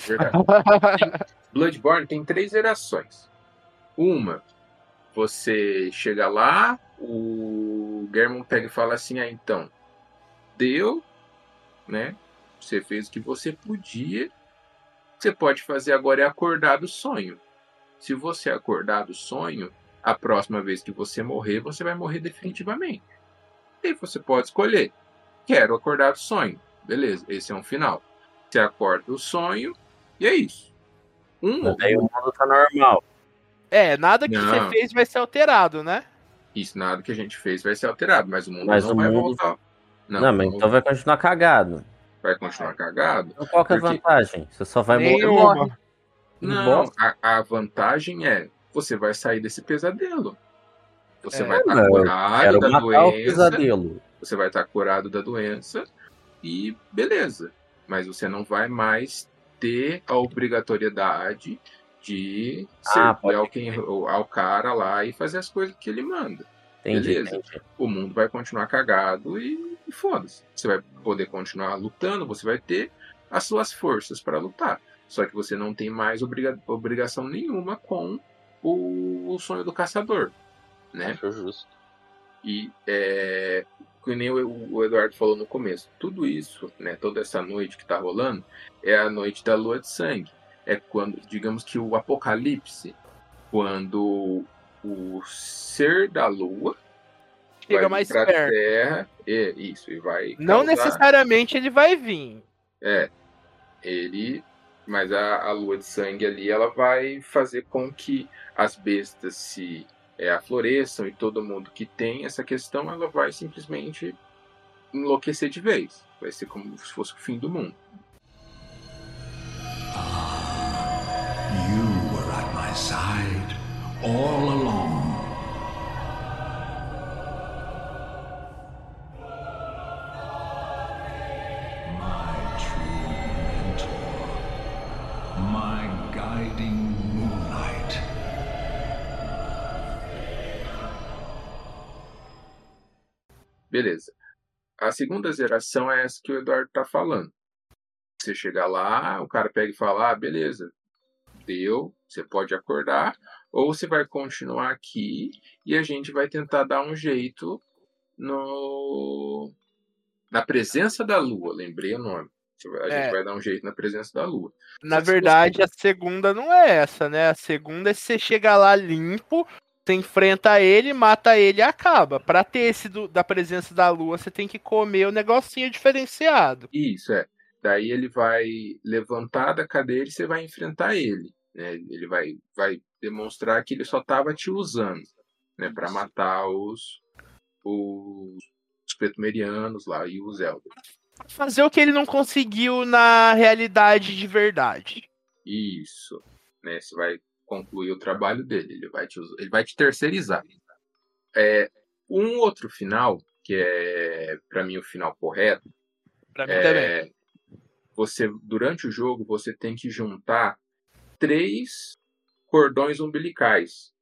Bloodborne tem 3 gerações. Uma, você chega lá, o Germon pega e fala assim, então, deu, né? Você fez o que você podia. Você pode fazer agora é acordar do sonho. Se você acordar do sonho, a próxima vez que você morrer, você vai morrer definitivamente. E aí você pode escolher. Quero acordar do sonho. Beleza, esse é um final. Você acorda do sonho e é isso. Aí o mundo tá normal. Nada que você fez vai ser alterado, né? Isso, nada que a gente fez vai ser alterado, mas o mundo não vai voltar. Não, mas então vai continuar cagado. Vai continuar cagado? Então qual que é a vantagem? Você só vai morrer. Não, a vantagem é você vai sair desse pesadelo. Você vai estar curado da doença. Você vai estar curado da doença e beleza. Mas você não vai mais ter a obrigatoriedade de servir ao cara lá e fazer as coisas que ele manda. Beleza. O mundo vai continuar cagado e foda-se. Você vai poder continuar lutando, você vai ter as suas forças para lutar. Só que você não tem mais obrigação nenhuma com o sonho do caçador, né? Acho justo. E que nem o Eduardo falou no começo, tudo isso, né, toda essa noite que tá rolando, é a noite da lua de sangue. É quando, digamos que o apocalipse, quando o ser da lua chega mais perto. Terra, e vai não necessariamente ele vai vir. Mas a lua de sangue ali, ela vai fazer com que as bestas se afloresçam e todo mundo que tem essa questão, ela vai simplesmente enlouquecer de vez. Vai ser como se fosse o fim do mundo. You were at my side all along. Beleza. A segunda zeração é essa que o Eduardo tá falando. Você chega lá, o cara pega e fala, beleza, deu, você pode acordar, ou você vai continuar aqui e a gente vai tentar dar um jeito na presença da Lua, lembrei o nome. A gente vai dar um jeito na presença da Lua. Na verdade, a segunda não é essa, né? A segunda é se você chegar lá limpo, você enfrenta ele, mata ele e acaba. Pra ter esse da presença da Lua, você tem que comer o negocinho diferenciado. Isso, Daí ele vai levantar da cadeira e você vai enfrentar ele. Né? Ele vai demonstrar que ele só estava te usando, né, para matar os Pretomerianos lá e os Eldar. Fazer o que ele não conseguiu na realidade de verdade. Isso. Né? Você vai concluir o trabalho dele. Ele vai te terceirizar. Um outro final, que é, para mim, o final correto. Pra mim também. Durante o jogo, você tem que juntar 3 cordões umbilicais.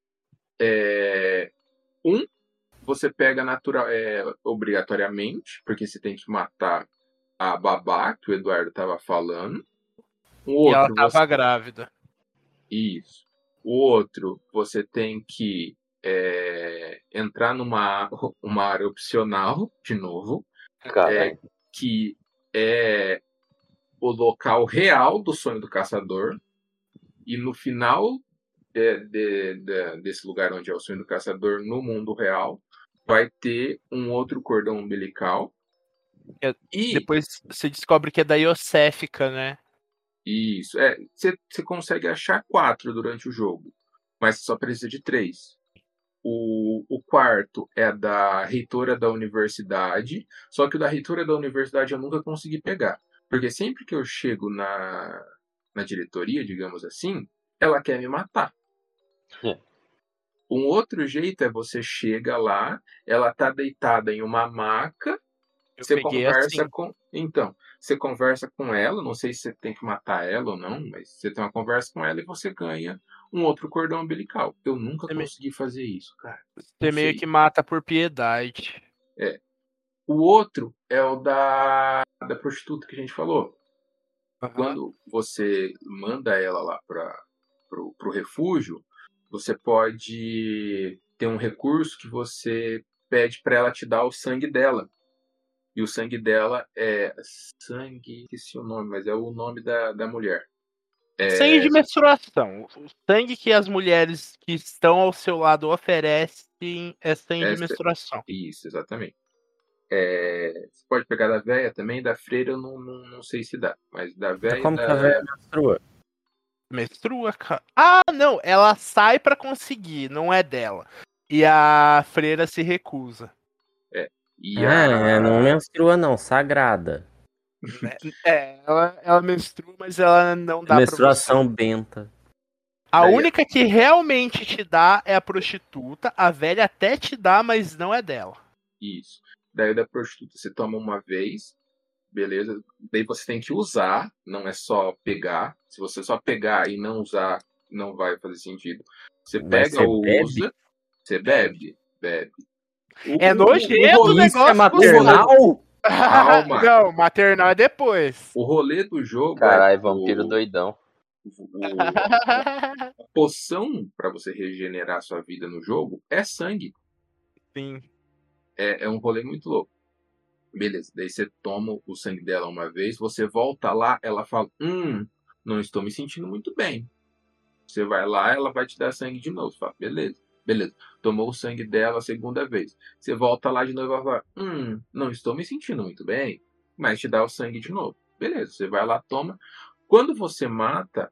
Você pega obrigatoriamente, porque você tem que matar a babá, que o Eduardo estava falando. E ela estava grávida. Isso. O outro, você tem que entrar uma área opcional, de novo, que é o local real do sonho do caçador. E no final desse lugar onde é o sonho do caçador, no mundo real, vai ter um outro cordão umbilical. E depois você descobre que é da Iosséfica, né? Isso. Você consegue achar 4 durante o jogo, mas só precisa de 3. O quarto é da reitora da universidade, só que o da reitora da universidade eu nunca consegui pegar. Porque sempre que eu chego na diretoria, digamos assim, ela quer me matar. Um outro jeito é você chega lá, ela tá deitada em uma maca, você conversa com... Então, você conversa com ela, não sei se você tem que matar ela ou não, mas você tem uma conversa com ela e você ganha um outro cordão umbilical. Eu nunca consegui fazer isso, cara. Você meio que mata por piedade. O outro é o da prostituta que a gente falou. Quando você manda ela lá pro refúgio, você pode ter um recurso que você pede para ela te dar o sangue dela. E o sangue dela é esqueci o nome, mas é o nome da mulher. Sangue de menstruação. O sangue que as mulheres que estão ao seu lado oferecem é sangue de menstruação. Isso, exatamente. Você pode pegar da véia também, da freira eu não sei se dá, mas da véia... Como que a véia menstrua? Menstrua, cara? Ah, não, ela sai pra conseguir, não é dela. E a freira se recusa. Não menstrua não, sagrada. Ela menstrua, mas ela não dá menstruação pra você. Benta. A única que realmente te dá é a prostituta. A velha até te dá, mas não é dela. Isso. Daí da prostituta você toma uma vez, beleza? Daí você tem que usar, não é só pegar. Se você só pegar e não usar, não vai fazer sentido. Você pega ou usa, você bebe. É nojento o negócio. É maternal? Calma. Não, maternal é depois. O rolê do jogo... Caralho, vampiro doidão. A poção para você regenerar sua vida no jogo é sangue. Sim. É um rolê muito louco. Beleza, daí você toma o sangue dela uma vez, você volta lá, ela fala, não estou me sentindo muito bem. Você vai lá, ela vai te dar sangue de novo. Você fala, beleza. Tomou o sangue dela a segunda vez. Você volta lá de novo e ela fala, não estou me sentindo muito bem, mas te dá o sangue de novo. Beleza, você vai lá, toma. Quando você mata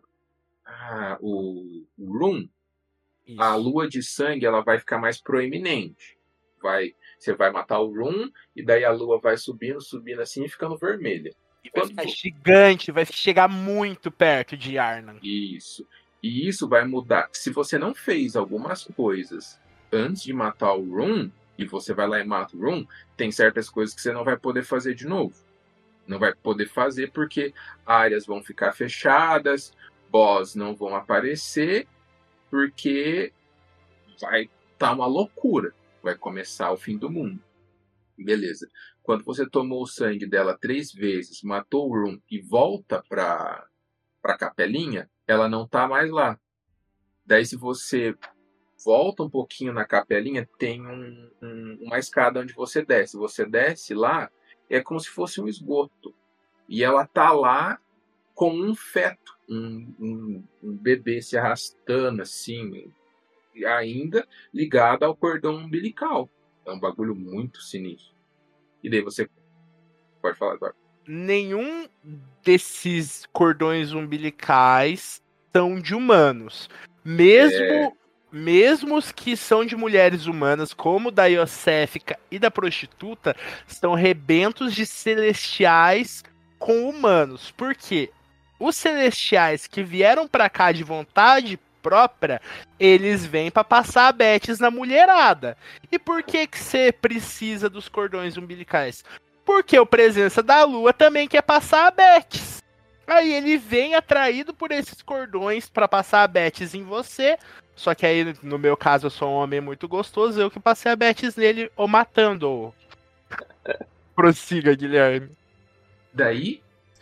o Rune, a lua de sangue ela vai ficar mais proeminente. Você vai matar o Rune e daí a lua vai subindo assim e ficando vermelha. E vai ficar gigante, vai chegar muito perto de Arnan. Isso. E isso vai mudar. Se você não fez algumas coisas antes de matar o Rune, e você vai lá e mata o Rune, tem certas coisas que você não vai poder fazer de novo. Não vai poder fazer porque áreas vão ficar fechadas, boss não vão aparecer, porque vai estar uma loucura. Vai começar o fim do mundo. Beleza. Quando você tomou o sangue dela 3 vezes, matou o Room e volta pra capelinha, ela não tá mais lá. Daí se você volta um pouquinho na capelinha, tem uma escada onde você desce. Você desce lá, é como se fosse um esgoto. E ela tá lá com um feto, um bebê se arrastando assim, ainda ligado ao cordão umbilical. É um bagulho muito sinistro. E daí você pode falar, Eduardo. Nenhum desses cordões umbilicais são de humanos. Mesmo os que são de mulheres humanas, como da Iosséfica e da prostituta, são rebentos de celestiais com humanos. Por quê? Os celestiais que vieram pra cá de vontade própria, eles vêm pra passar a Betis na mulherada. E por que você precisa dos cordões umbilicais? Porque o Presença da Lua também quer passar a Betis. Aí ele vem atraído por esses cordões pra passar a Betis em você. Só que aí, no meu caso, eu sou um homem muito gostoso, eu que passei a Betis nele, ou matando-o. Prossiga, Guilherme. Daí,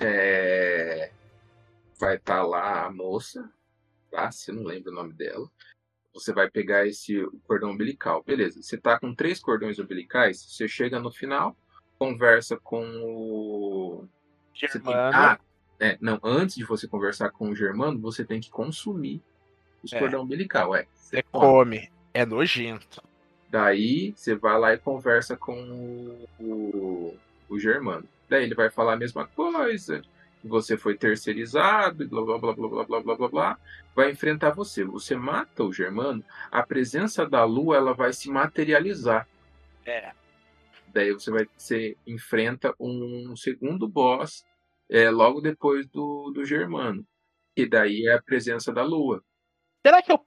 vai estar lá a moça, tá? Se eu não lembro o nome dela. Você vai pegar o cordão umbilical. Beleza, você tá com 3 cordões umbilicais, você chega no final, conversa com o... Germano. Não, antes de você conversar com o Germano, você tem que consumir os cordão umbilical, Você come. É nojento. Daí você vai lá e conversa com o Germano. Daí ele vai falar a mesma coisa, que você foi terceirizado, e blá blá blá blá blá blá blá blá blá. Vai enfrentar você. Você mata o Germano, a presença da Lua ela vai se materializar. Daí você enfrenta um segundo boss logo depois do Germano. E daí é a presença da Lua. Será que eu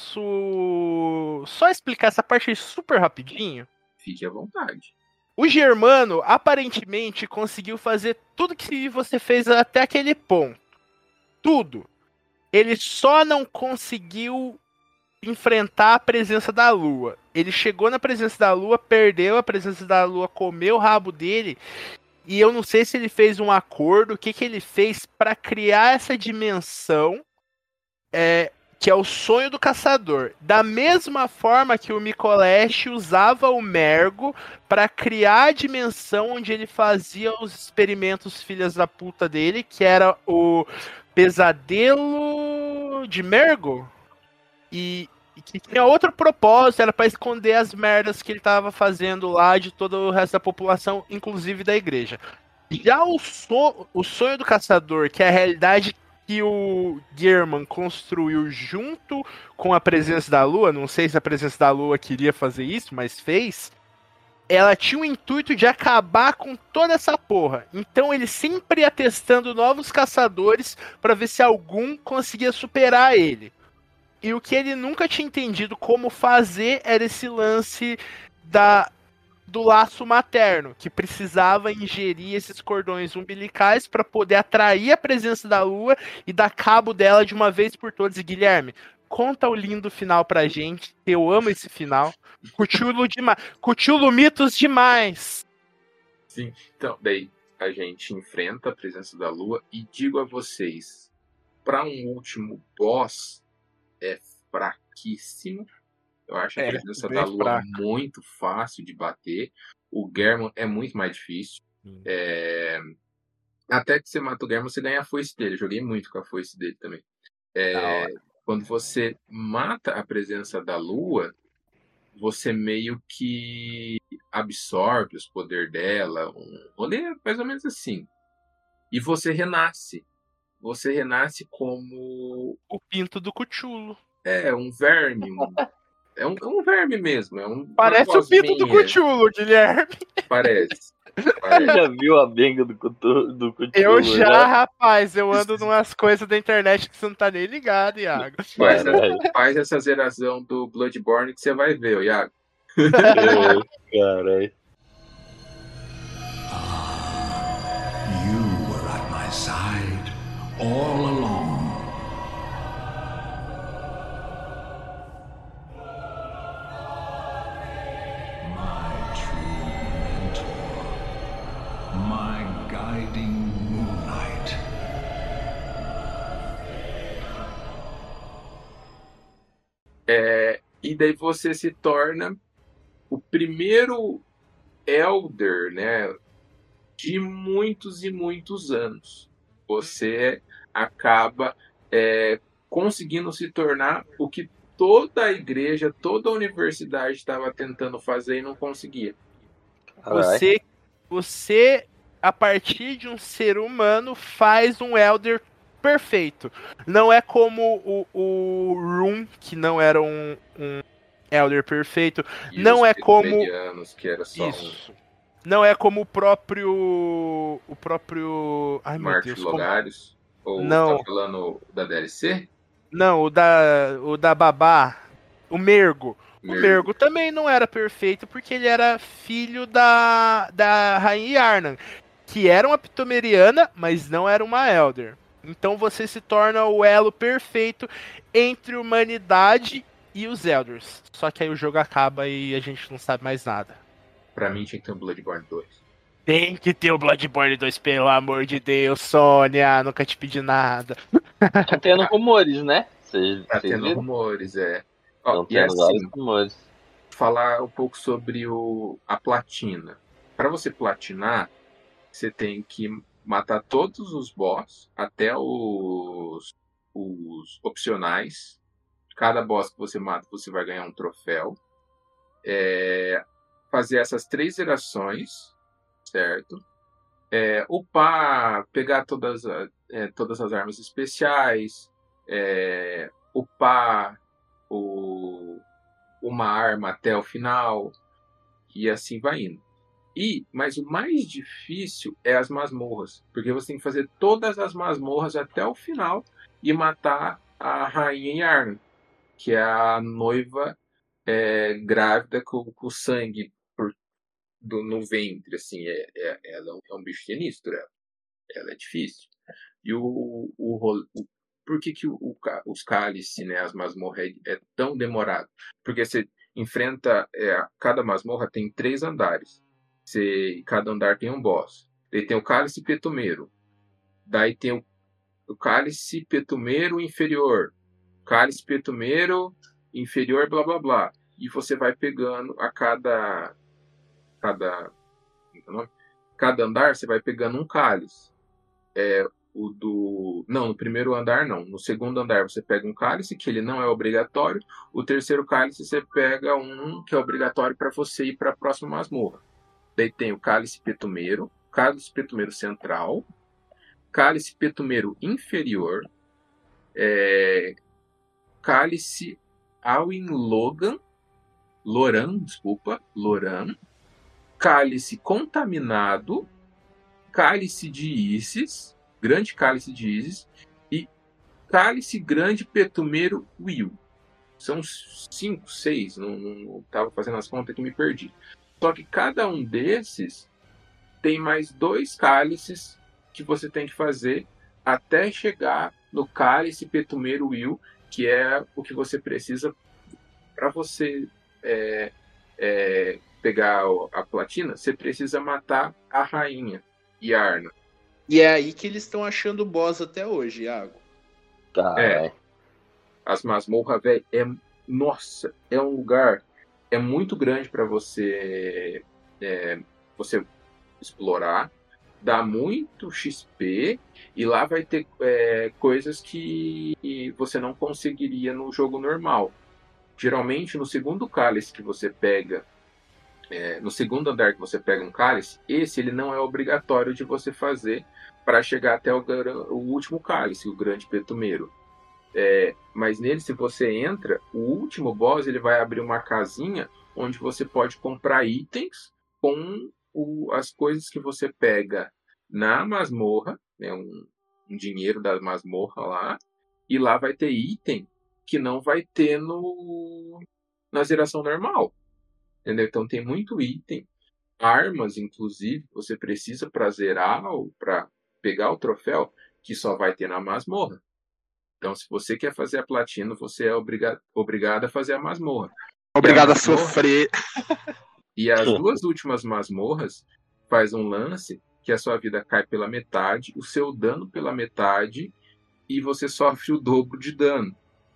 posso só explicar essa parte super rapidinho? Fique à vontade. O Germano aparentemente conseguiu fazer tudo que você fez até aquele ponto. Tudo. Ele só não conseguiu enfrentar a presença da Lua. Ele chegou na presença da Lua, perdeu a presença da Lua, comeu o rabo dele. E eu não sei se ele fez um acordo, o que ele fez para criar essa dimensão. Que é o sonho do caçador. Da mesma forma que o Mikoleste usava o Mergo para criar a dimensão onde ele fazia os experimentos filhas da puta dele, que era o pesadelo de Mergo. E que tinha outro propósito, era para esconder as merdas que ele tava fazendo lá de todo o resto da população, inclusive da igreja. Já o sonho do caçador, que é a realidade que o Gehrman construiu junto com a presença da Lua, não sei se a presença da Lua queria fazer isso, mas fez, ela tinha o intuito de acabar com toda essa porra. Então ele sempre ia testando novos caçadores para ver se algum conseguia superar ele. E o que ele nunca tinha entendido como fazer era esse lance do laço materno, que precisava ingerir esses cordões umbilicais para poder atrair a presença da Lua e dar cabo dela de uma vez por todas. E Guilherme, conta o lindo final pra gente. Eu amo esse final. Cthulhu mitos demais. Sim, então, daí a gente enfrenta a presença da Lua e digo a vocês, para um último boss é fraquíssimo. Eu acho a presença da Lua muito fácil de bater. O Gehrman é muito mais difícil. Até que você mata o Gehrman, você ganha a foice dele. Eu joguei muito com a foice dele também. Quando você mata a presença da Lua, você meio que absorve os poderes dela. Um rolê mais ou menos assim. E você renasce. Você renasce como... o pinto do Cthulhu. Um verme. É um verme mesmo. Parece o pinto do Cthulhu, Guilherme. Parece. Você já viu a benga do Cthulhu? Eu já, rapaz. Eu ando numas coisas da internet que você não tá nem ligado, Iago. Faz essa zeração do Bloodborne que você vai ver, Iago. Caralho. You were at my side all along. My true E daí você se torna o primeiro Elder, né, de muitos e muitos anos. Você acaba conseguindo se tornar o que toda a igreja, toda a universidade estava tentando fazer e não conseguia. Você, a partir de um ser humano, faz um Elder perfeito. Não é como o Room, que não era um Elder perfeito. E não os é como medianos, que era só isso. Não é como o próprio. Ai, meu Martin Deus. Logarius. Ou Não. tá falando da DLC? Não, o da Babá. O Mergo. O Mergo também não era perfeito porque ele era filho da Rainha Yarnan, que era uma Pthomeriana, mas não era uma Elder. Então você se torna o elo perfeito entre a humanidade e os Elders. Só que aí o jogo acaba e a gente não sabe mais nada. Pra mim tinha que ter um Bloodborne 2. Tem que ter o Bloodborne 2, pelo amor de Deus, Sônia. Nunca te pedi nada. Tá tendo rumores, né? Tá tendo rumores, Estão tendo vários rumores. Falar um pouco sobre a platina. Para você platinar, você tem que matar todos os boss, até os opcionais. Cada boss que você mata, você vai ganhar um troféu. Fazer essas 3 gerações, certo? Upar, pegar todas as armas especiais, upar uma arma até o final, e assim vai indo. Mas o mais difícil é as masmorras, porque você tem que fazer todas as masmorras até o final e matar a Rainha Yarn, que é a noiva grávida com sangue no ventre, assim, ela é um bicho sinistro, ela é difícil. E por que os cálices, né, as masmorras é tão demorado? Porque você enfrenta, cada masmorra tem 3 andares. Cada andar tem um boss. Daí tem o cálice petumeiro. Daí tem o cálice petumeiro inferior. Cálice petumeiro inferior, blá blá blá. E você vai pegando a cada andar, você vai pegando um cálice. No primeiro andar não. No segundo andar você pega um cálice, que ele não é obrigatório. O terceiro cálice você pega um que é obrigatório para você ir para a próxima masmorra. Daí tem o cálice petumeiro central, cálice petumeiro inferior, cálice Alwyn Loran, cálice contaminado, cálice de Isis, grande cálice de Isis, e cálice grande petumeiro Will. São 5, 6, não estava fazendo as contas que me perdi. Só que cada um desses tem mais 2 cálices que você tem que fazer até chegar no cálice petumeiro Will, que é o que você precisa para você pegar a platina. Você precisa matar a rainha Yarna. E é aí que eles estão achando o boss até hoje, Iago. Tá, as masmorras, velho, nossa, é um lugar muito grande para você explorar, dá muito XP, e lá vai ter coisas que você não conseguiria no jogo normal. Geralmente, no segundo cálice que você pega, no segundo andar que você pega um cálice, ele não é obrigatório de você fazer para chegar até o último cálice, o grande petumeiro. Mas nele, se você entra, o último boss ele vai abrir uma casinha onde você pode comprar itens com as coisas que você pega na masmorra, né, um dinheiro da masmorra lá, e lá vai ter item que não vai ter na geração normal. Entendeu? Então tem muito item, armas, inclusive, você precisa para zerar ou para pegar o troféu, que só vai ter na masmorra. Então, se você quer fazer a platina, você é obrigado a fazer a masmorra. Obrigado a sofrer. E as 2 últimas masmorras faz um lance que a sua vida cai pela metade, o seu dano pela metade, e você sofre o dobro de dano.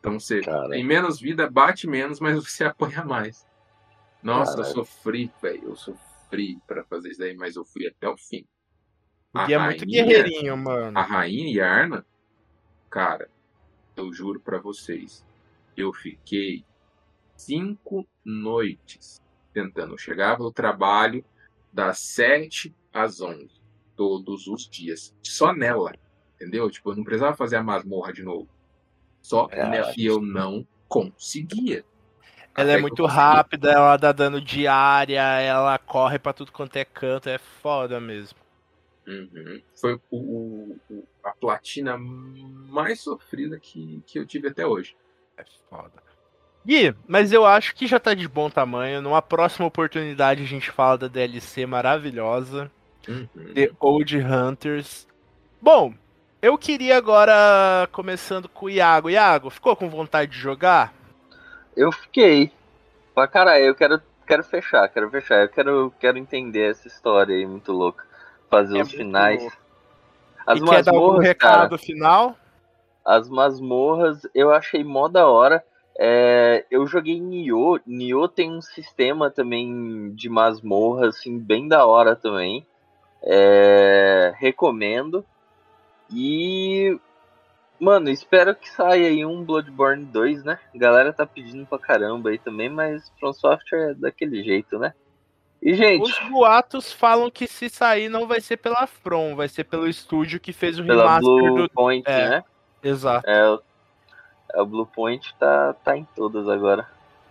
Então você Cara. tem menos vida, bate menos, mas você apanha mais. Nossa, eu Caralho. sofri, velho. Eu sofri pra fazer isso aí, mas eu fui até o fim. O A Gui é muito rainha, guerreirinho, a mano. rainha e a Arna, cara, eu juro pra vocês, eu fiquei 5 noites tentando. Eu chegava no trabalho das 7 às 11, todos os dias. Só nela, entendeu? Tipo, eu não precisava fazer a masmorra de novo. Só nela. E eu não conseguia. Ela é Até que eu muito consegui. rápida, ela dá dano de área, ela corre pra tudo quanto é canto, é foda mesmo. Uhum. Foi a platina mais sofrida que eu tive até hoje. É foda. Gui, mas eu acho que já tá de bom tamanho. Numa próxima oportunidade a gente fala da DLC maravilhosa, Uhum. The Old Hunters. Bom, eu queria agora, começando com o Iago. Iago, ficou com vontade de jogar? Eu fiquei. Pra caralho, eu quero fechar. Eu quero entender essa história aí muito louca. Fazer É os muito finais. louco. As E quer dar algum masmorras, recado cara. final? As masmorras eu achei mó da hora. Eu joguei Nioh. Nioh tem um sistema também de masmorra, assim, bem da hora também. Recomendo. E, mano, espero que saia aí um Bloodborne 2, né? A galera tá pedindo pra caramba aí também, mas From Software é daquele jeito, né? E, gente, Os boatos falam que se sair não vai ser pela From, vai ser pelo estúdio que fez o pela remaster Blue do... Point, É, né? exato. A Blue Point tá em todas agora.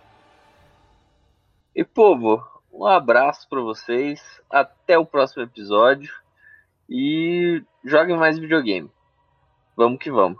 E, povo, um abraço pra vocês. Até o próximo episódio. E joguem mais videogame. Vamos que vamos.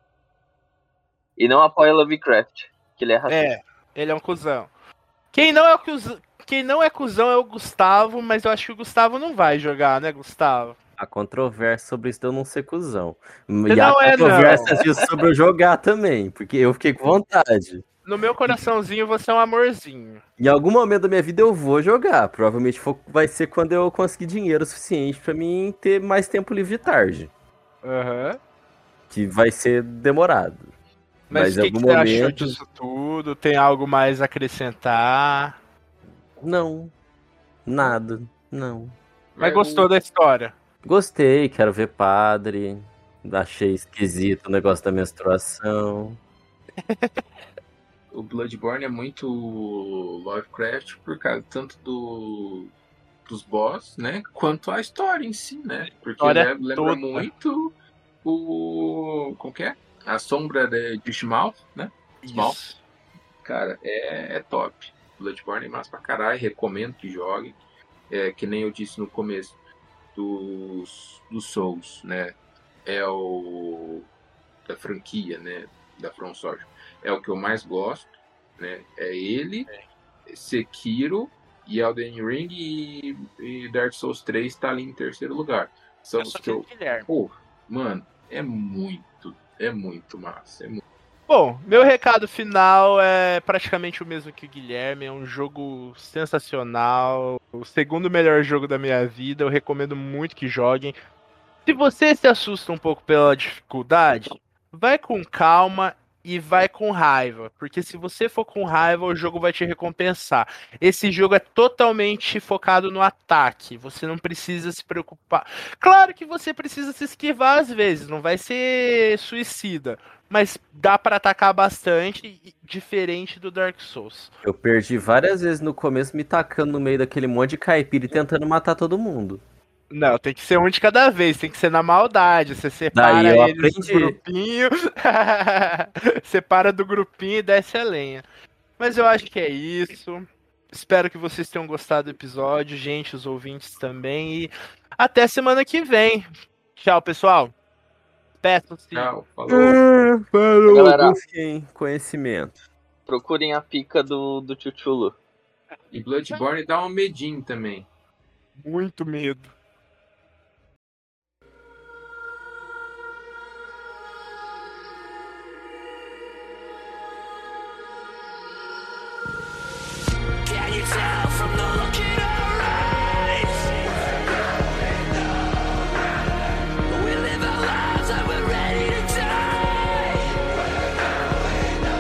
E não apoia Lovecraft, que ele é racista. É, ele é um cuzão. Quem não é cuzão é o Gustavo, mas eu acho que o Gustavo não vai jogar, né, Gustavo? Há controvérsia sobre isso de eu não ser cuzão. Você E há não é, não. controvérsias disso sobre eu jogar também, porque eu fiquei com vontade. No meu coraçãozinho você é um amorzinho. Em algum momento da minha vida eu vou jogar. Provavelmente vai ser quando eu conseguir dinheiro suficiente pra mim ter mais tempo livre de tarde. Aham. Que vai ser demorado. Mas em o que você achou disso tudo? Tem algo mais a acrescentar? Não. Nada. Não. Mas gostou da história? Gostei, quero ver padre. Achei esquisito o negócio da menstruação. O Bloodborne é muito Lovecraft por causa tanto dos boss, né? Quanto a história em si, né? Porque lembra toda. muito como que é? A Sombra de Shmalf, né? Shmalf. Isso. Cara, é top. Bloodborne é massa pra caralho, recomendo que jogue. Que nem eu disse no começo dos Souls, né? É o da franquia, né? Da From Software. É o que eu mais gosto, né? É ele, Sekiro e Elden Ring e Dark Souls 3 tá ali em terceiro lugar. São os que eu... Guilherme. Pô, mano, é muito massa. Bom, meu recado final é praticamente o mesmo que o Guilherme. É um jogo sensacional. O segundo melhor jogo da minha vida. Eu recomendo muito que joguem. Se você se assusta um pouco pela dificuldade, vai com calma e vai com raiva. Porque se você for com raiva, o jogo vai te recompensar. Esse jogo é totalmente focado no ataque. Você não precisa se preocupar. Claro que você precisa se esquivar às vezes, não vai ser suicida. Mas dá pra atacar bastante, diferente do Dark Souls. Eu perdi várias vezes no começo me tacando no meio daquele monte de caipira e tentando matar todo mundo. Não, tem que ser um de cada vez, tem que ser na maldade. Você separa Daí eu eles do aprendi. grupinho, separa do grupinho e desce a lenha. Mas eu acho que é isso. Espero que vocês tenham gostado do episódio, gente, os ouvintes também. E até semana que vem. Tchau, pessoal. Peço-se. Tchau, falou. Falou, Galera, busquem conhecimento. procurem a pica do Chuchulu. E Bloodborne dá um medinho também. Muito medo. Can you tell from the look in our eyes? We live our lives and we're ready to die.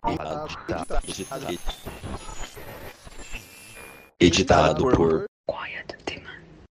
Editado por